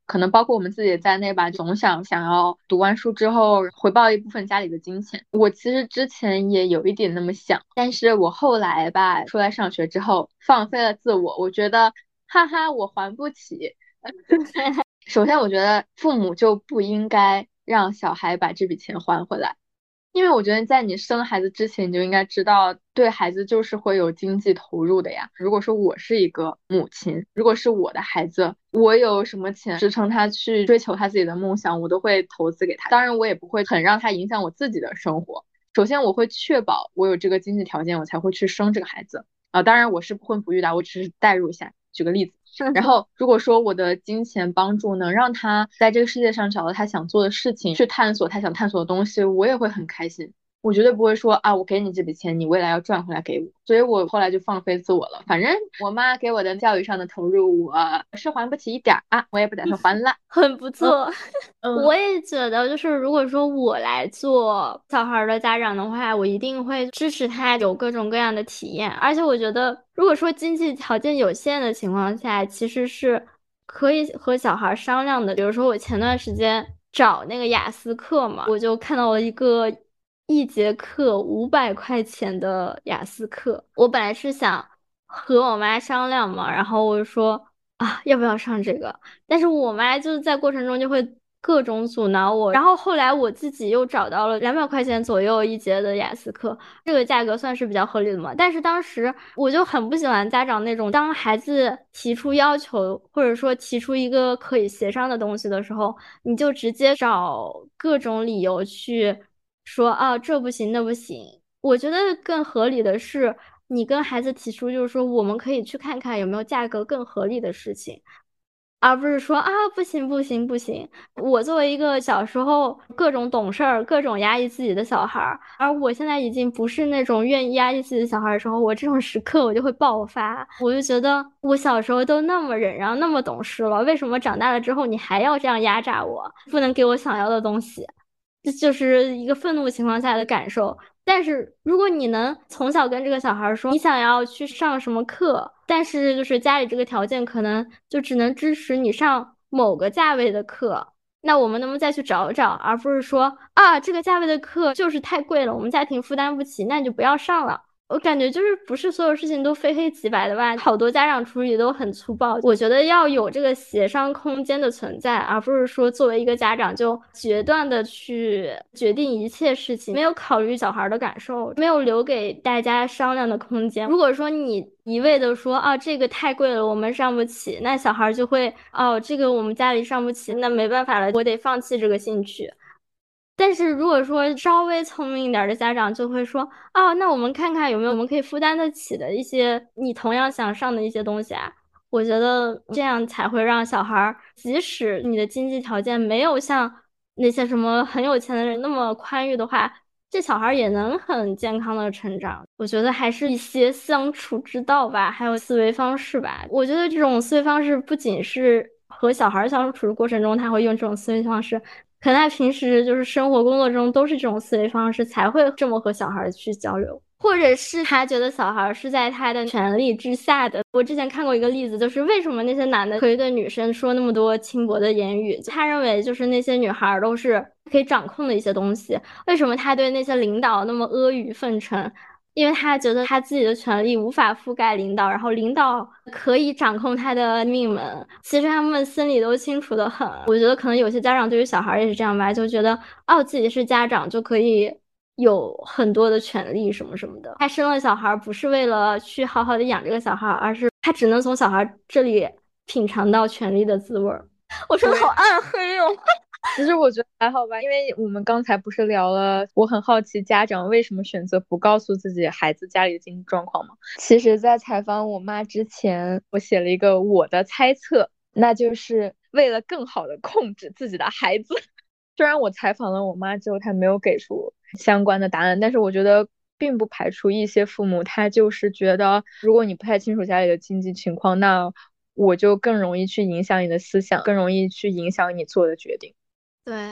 可能包括我们自己在内吧，总想想要读完书之后回报一部分家里的金钱。我其实之前也有一点那么想，但是我后来吧，出来上学之后放飞了自我，我觉得哈哈我还不起。首先我觉得父母就不应该让小孩把这笔钱还回来，因为我觉得在你生孩子之前，你就应该知道对孩子就是会有经济投入的呀。如果说我是一个母亲，如果是我的孩子，我有什么钱支撑他去追求他自己的梦想，我都会投资给他。当然我也不会很让他影响我自己的生活，首先我会确保我有这个经济条件，我才会去生这个孩子啊。当然我是不婚不育的，我只是代入一下，举个例子。然后如果说我的金钱帮助能让他在这个世界上找到他想做的事情，去探索他想探索的东西，我也会很开心。我绝对不会说啊，我给你这笔钱，你未来要赚回来给我。所以我后来就放飞自我了，反正我妈给我的教育上的投入，我是还不起一点啊，我也不打算还了。 很不错。 嗯， 我也觉得，就是如果说我来做小孩的家长的话，我一定会支持他有各种各样的体验。而且我觉得，如果说经济条件有限的情况下，其实是可以和小孩商量的。比如说我前段时间找那个雅思课嘛，我就看到了一个一节课五百块钱的雅思课。我本来是想和我妈商量嘛，然后我就说啊，要不要上这个？但是我妈就是在过程中就会各种阻挠我，然后后来我自己又找到了两百块钱左右一节的雅思课，这个价格算是比较合理的嘛。但是当时我就很不喜欢家长那种，当孩子提出要求或者说提出一个可以协商的东西的时候，你就直接找各种理由去说啊，这不行那不行。我觉得更合理的是，你跟孩子提出，就是说我们可以去看看有没有价格更合理的事情，而不是说啊不行不行不行。我作为一个小时候各种懂事儿、各种压抑自己的小孩儿，而我现在已经不是那种愿意压抑自己的小孩的时候，我这种时刻我就会爆发。我就觉得我小时候都那么忍让、那么懂事了，为什么长大了之后你还要这样压榨我，不能给我想要的东西？这就是一个愤怒情况下的感受。但是如果你能从小跟这个小孩说你想要去上什么课，但是就是家里这个条件可能就只能支持你上某个价位的课，那我们能不能再去找找，而不是说啊这个价位的课就是太贵了，我们家庭负担不起，那你就不要上了。我感觉就是不是所有事情都非黑即白的吧，好多家长处理都很粗暴。我觉得要有这个协商空间的存在，而不是说作为一个家长就决断的去决定一切事情，没有考虑小孩的感受，没有留给大家商量的空间。如果说你一味的说啊这个太贵了我们上不起，那小孩就会哦这个我们家里上不起，那没办法了，我得放弃这个兴趣。但是如果说稍微聪明一点的家长就会说哦那我们看看有没有我们可以负担得起的一些你同样想上的一些东西啊。我觉得这样才会让小孩即使你的经济条件没有像那些什么很有钱的人那么宽裕的话，这小孩也能很健康的成长。我觉得还是一些相处之道吧，还有思维方式吧。我觉得这种思维方式不仅是和小孩相处的过程中他会用这种思维方式，可能他平时就是生活工作中都是这种思维方式，才会这么和小孩去交流，或者是他觉得小孩是在他的权利之下的。我之前看过一个例子，就是为什么那些男的可以对女生说那么多轻薄的言语，他认为就是那些女孩都是可以掌控的一些东西。为什么他对那些领导那么阿谀奉承？因为他觉得他自己的权利无法覆盖领导，然后领导可以掌控他的命门。其实他们心里都清楚的很。我觉得可能有些家长对于小孩也是这样吧，就觉得哦自己是家长就可以有很多的权利什么什么的。他生了小孩不是为了去好好的养这个小孩，而是他只能从小孩这里品尝到权利的滋味。我说的好暗黑哦。 其实我觉得还好吧，因为我们刚才不是聊了，我很好奇家长为什么选择不告诉自己孩子家里的经济状况吗？其实在采访我妈之前，我写了一个我的猜测，那就是为了更好的控制自己的孩子。虽然我采访了我妈之后，她没有给出相关的答案，但是我觉得并不排除一些父母他就是觉得，如果你不太清楚家里的经济情况，那我就更容易去影响你的思想，更容易去影响你做的决定。 对，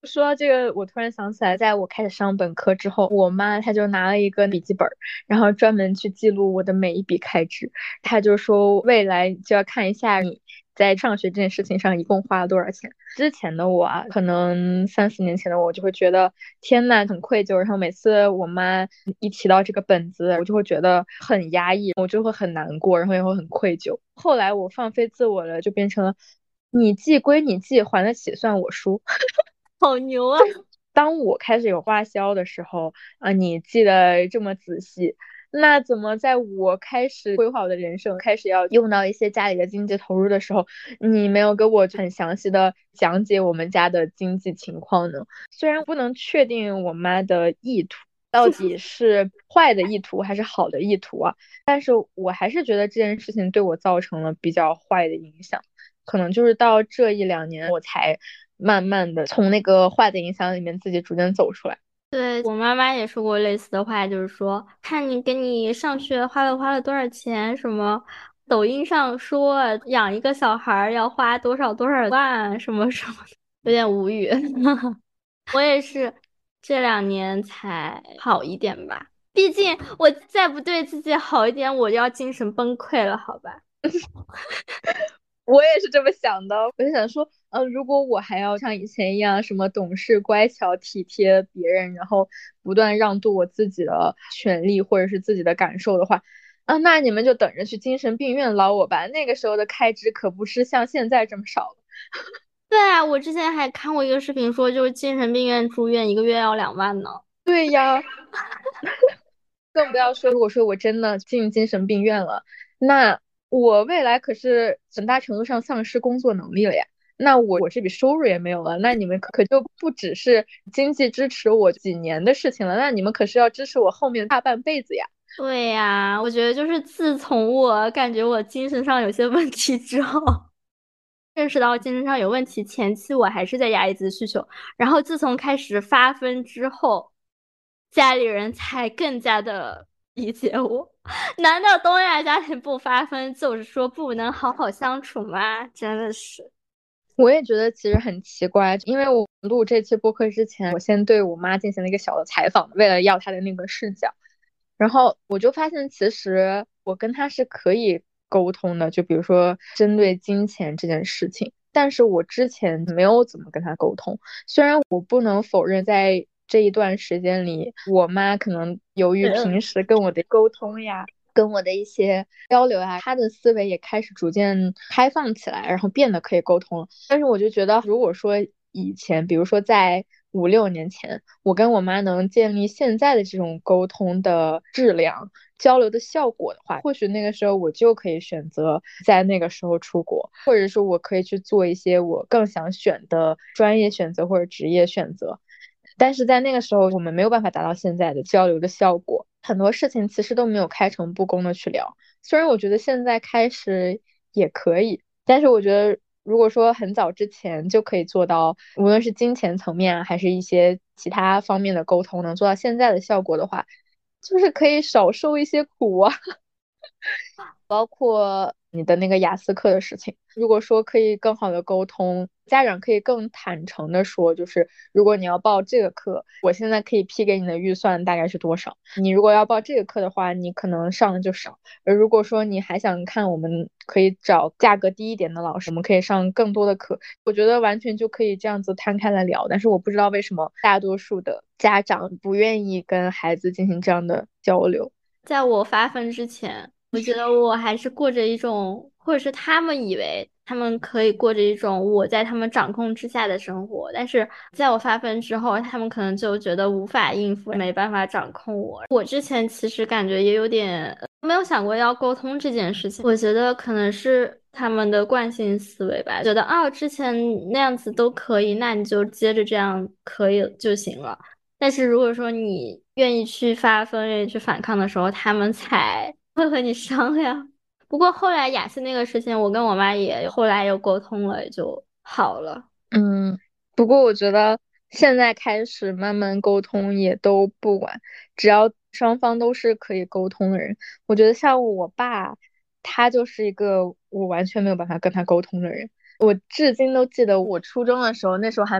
说到这个，我突然想起来，在我开始上本科之后，我妈她就拿了一个笔记本，然后专门去记录我的每一笔开支。她就说未来就要看一下你在上学这件事情上一共花了多少钱。之前的我啊，可能三四年前的我就会觉得天呐，很愧疚。然后每次我妈一提到这个本子，我就会觉得很压抑，我就会很难过，然后也会很愧疚。后来我放飞自我了，就变成了你记归你记，还得起算我输。 好牛啊！ 当我开始有花销的时候啊，你记得这么仔细，那怎么在我开始规划我的人生，开始要用到一些家里的经济投入的时候，你没有给我很详细的讲解我们家的经济情况呢？虽然不能确定我妈的意图到底是坏的意图还是好的意图啊，但是我还是觉得这件事情对我造成了比较坏的影响。可能就是到这一两年，我才慢慢的从那个坏的影响里面自己逐渐走出来。 对，我妈妈也说过类似的话，就是说看你给你上学花了花了多少钱，什么抖音上说养一个小孩要花多少多少万，什么什么的，有点无语。我也是这两年才好一点吧，毕竟我再不对自己好一点，我就要精神崩溃了，好吧？ 我也是这么想的，我就想说，呃，如果我还要像以前一样，什么懂事、乖巧、体贴别人，然后不断让渡我自己的权利或者是自己的感受的话，啊，那你们就等着去精神病院捞我吧。那个时候的开支可不是像现在这么少了。 对啊，我之前还看过一个视频说，就是精神病院住院一个月要两万呢。 对呀，更不要说，如果说我真的进精神病院了，那我未来可是很大程度上丧失工作能力了呀。那我我这笔收入也没有了，那你们可可就不只是经济支持我几年的事情了，那你们可是要支持我后面大半辈子呀。 对呀，我觉得就是自从我感觉我精神上有些问题之后，认识到精神上有问题，前期我还是在压抑自己的需求，然后自从开始发疯之后，家里人才更加的理解我。难道东亚家庭不发疯就是说不能好好相处吗？真的是。 我也觉得其实很奇怪，因为我录这期播客之前，我先对我妈进行了一个小的采访，为了要她的那个视角，然后我就发现其实我跟她是可以沟通的，就比如说针对金钱这件事情，但是我之前没有怎么跟她沟通。虽然我不能否认，在这一段时间里，我妈可能由于平时跟我的沟通呀，跟我的一些交流啊，他的思维也开始逐渐开放起来，然后变得可以沟通了。但是我就觉得，如果说以前，比如说在五六年前，我跟我妈能建立现在的这种沟通的质量、交流的效果的话，或许那个时候我就可以选择在那个时候出国，或者说我可以去做一些我更想选的专业选择或者职业选择。但是在那个时候，我们没有办法达到现在的交流的效果，很多事情其实都没有开诚布公的去聊。虽然我觉得现在开始也可以，但是我觉得如果说很早之前就可以做到，无论是金钱层面啊，还是一些其他方面的沟通，能做到现在的效果的话，就是可以少受一些苦啊。包括你的那个雅思课的事情，如果说可以更好的沟通，家长可以更坦诚的说，就是如果你要报这个课，我现在可以批给你的预算大概是多少，你如果要报这个课的话，你可能上的就少，而如果说你还想看，我们可以找价格低一点的老师，我们可以上更多的课，我觉得完全就可以这样子摊开来聊。但是我不知道为什么大多数的家长不愿意跟孩子进行这样的交流。 在我发疯之前，我觉得我还是过着一种，或者是他们以为他们可以过着一种我在他们掌控之下的生活，但是在我发疯之后，他们可能就觉得无法应付，没办法掌控我。我之前其实感觉也有点没有想过要沟通这件事情，我觉得可能是他们的惯性思维吧，觉得哦之前那样子都可以，那你就接着这样可以就行了。但是如果说你愿意去发疯、愿意去反抗的时候，他们才会和你商量。不过后来雅思那个事情，我跟我妈也后来又沟通了，就好了。 嗯，不过我觉得现在开始慢慢沟通也都不晚，只要双方都是可以沟通的人。我觉得像我爸，他就是一个我完全没有办法跟他沟通的人。我至今都记得我初中的时候，那时候还没有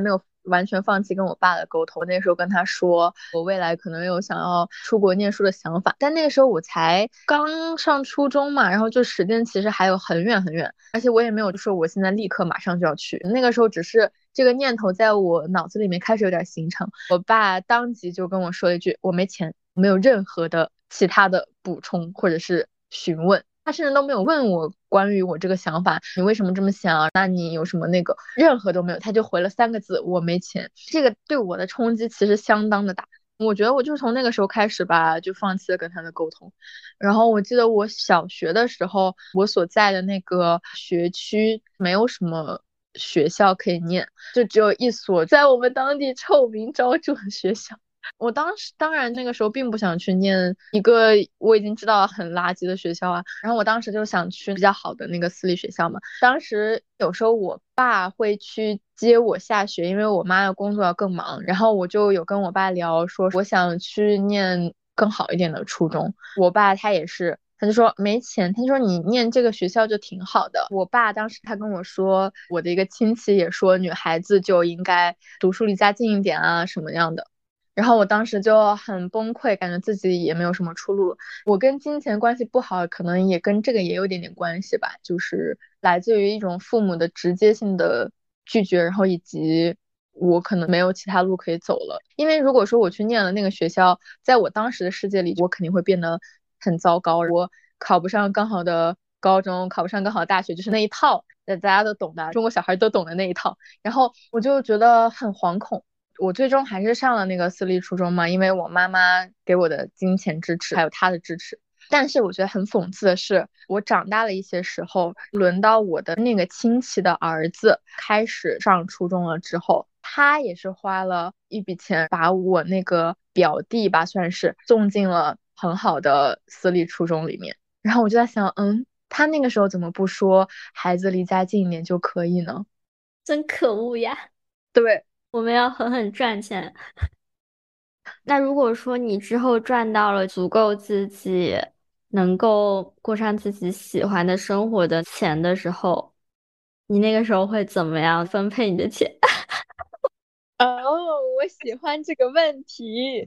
完全放弃跟我爸的沟通。我那时候跟他说我未来可能有想要出国念书的想法，但那个时候我才刚上初中嘛，然后就时间其实还有很远很远，而且我也没有说我现在立刻马上就要去，那个时候只是这个念头在我脑子里面开始有点形成。我爸当即就跟我说了一句，我没钱，没有任何的其他的补充或者是询问，他甚至都没有问我关于我这个想法，你为什么这么想，那你有什么那个，任何都没有，他就回了三个字，我没钱。这个对我的冲击其实相当的大，我觉得我就是从那个时候开始吧，就放弃了跟他的沟通。然后我记得我小学的时候，我所在的那个学区没有什么学校可以念，就只有一所在我们当地臭名昭著的学校。我当时当然那个时候并不想去念一个我已经知道很垃圾的学校啊，然后我当时就想去比较好的那个私立学校嘛。当时有时候我爸会去接我下学，因为我妈的工作要更忙，然后我就有跟我爸聊说我想去念更好一点的初中。我爸他也是，他就说没钱，他说你念这个学校就挺好的。我爸当时他跟我说，我的一个亲戚也说女孩子就应该读书离家近一点啊什么样的，然后我当时就很崩溃，感觉自己也没有什么出路。我跟金钱关系不好，可能也跟这个也有点点关系吧，就是来自于一种父母的直接性的拒绝，然后以及我可能没有其他路可以走了。因为如果说我去念了那个学校，在我当时的世界里，我肯定会变得很糟糕，我考不上更好的高中，考不上更好的大学，就是那一套大家都懂的，中国小孩都懂的那一套，然后我就觉得很惶恐。我最终还是上了那个私立初中嘛，因为我妈妈给我的金钱支持还有她的支持。但是我觉得很讽刺的是，我长大了一些时候，轮到我的那个亲戚的儿子开始上初中了之后，他也是花了一笔钱把我那个表弟吧算是送进了很好的私立初中里面。然后我就在想，嗯，他那个时候怎么不说孩子离家近一点就可以呢？ 真可恶呀。 对， 我们要狠狠赚钱。那如果说你之后赚到了足够自己能够过上自己喜欢的生活的钱的时候，你那个时候会怎么样分配你的钱？ 哦，我喜欢这个问题。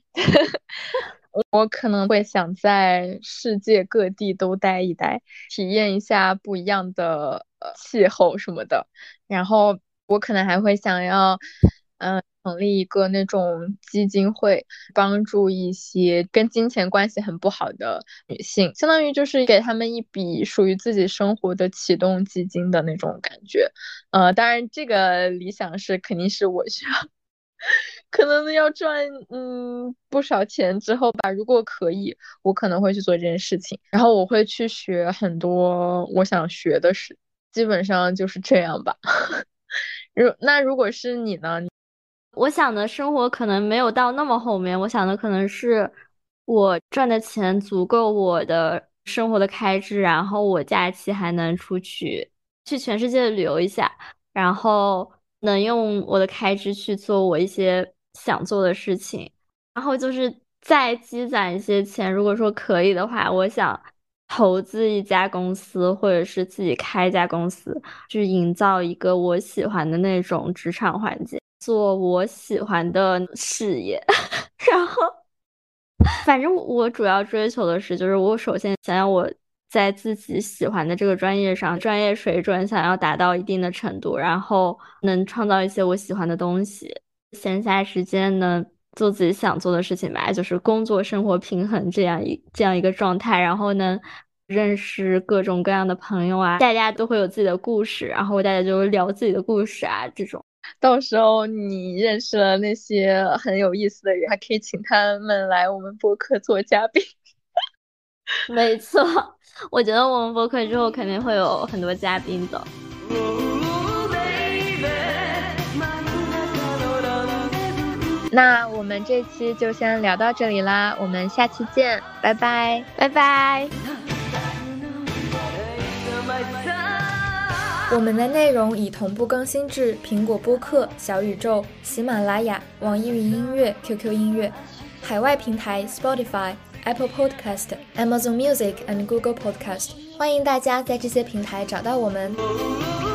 我可能会想在世界各地都待一待，体验一下不一样的呃气候什么的。然后我可能还会想要嗯、呃、成立一个那种基金会，帮助一些跟金钱关系很不好的女性，相当于就是给他们一笔属于自己生活的启动基金的那种感觉。呃当然这个理想是肯定是我需要可能要赚嗯不少钱之后吧，如果可以我可能会去做这件事情，然后我会去学很多我想学的事，基本上就是这样吧。如那如果是你呢？ 我想的生活可能没有到那么后面，我想的可能是我赚的钱足够我的生活的开支，然后我假期还能出去去全世界旅游一下，然后能用我的开支去做我一些想做的事情，然后就是再积攒一些钱，如果说可以的话，我想投资一家公司，或者是自己开一家公司，去营造一个我喜欢的那种职场环境，做我喜欢的事业。然后反正我主要追求的是，就是我首先想要我在自己喜欢的这个专业上，专业水准想要达到一定的程度，然后能创造一些我喜欢的东西，闲暇时间呢做自己想做的事情吧，就是工作生活平衡这样一这样一个状态，然后呢认识各种各样的朋友啊，大家都会有自己的故事，然后大家就聊自己的故事啊，这种到时候你认识了那些很有意思的人，还可以请他们来我们播客做嘉宾。 没错，我觉得我们播客之后肯定会有很多嘉宾的。 那我们这期就先聊到这里啦，我们下期见，拜拜， 拜拜。 我们的内容已同步更新至苹果播客、小宇宙、喜马拉雅、网易云音乐、Q Q 音乐，海外平台 Spotify、Apple Podcast、Amazon Music and Google Podcast。欢迎大家在这些平台找到我们。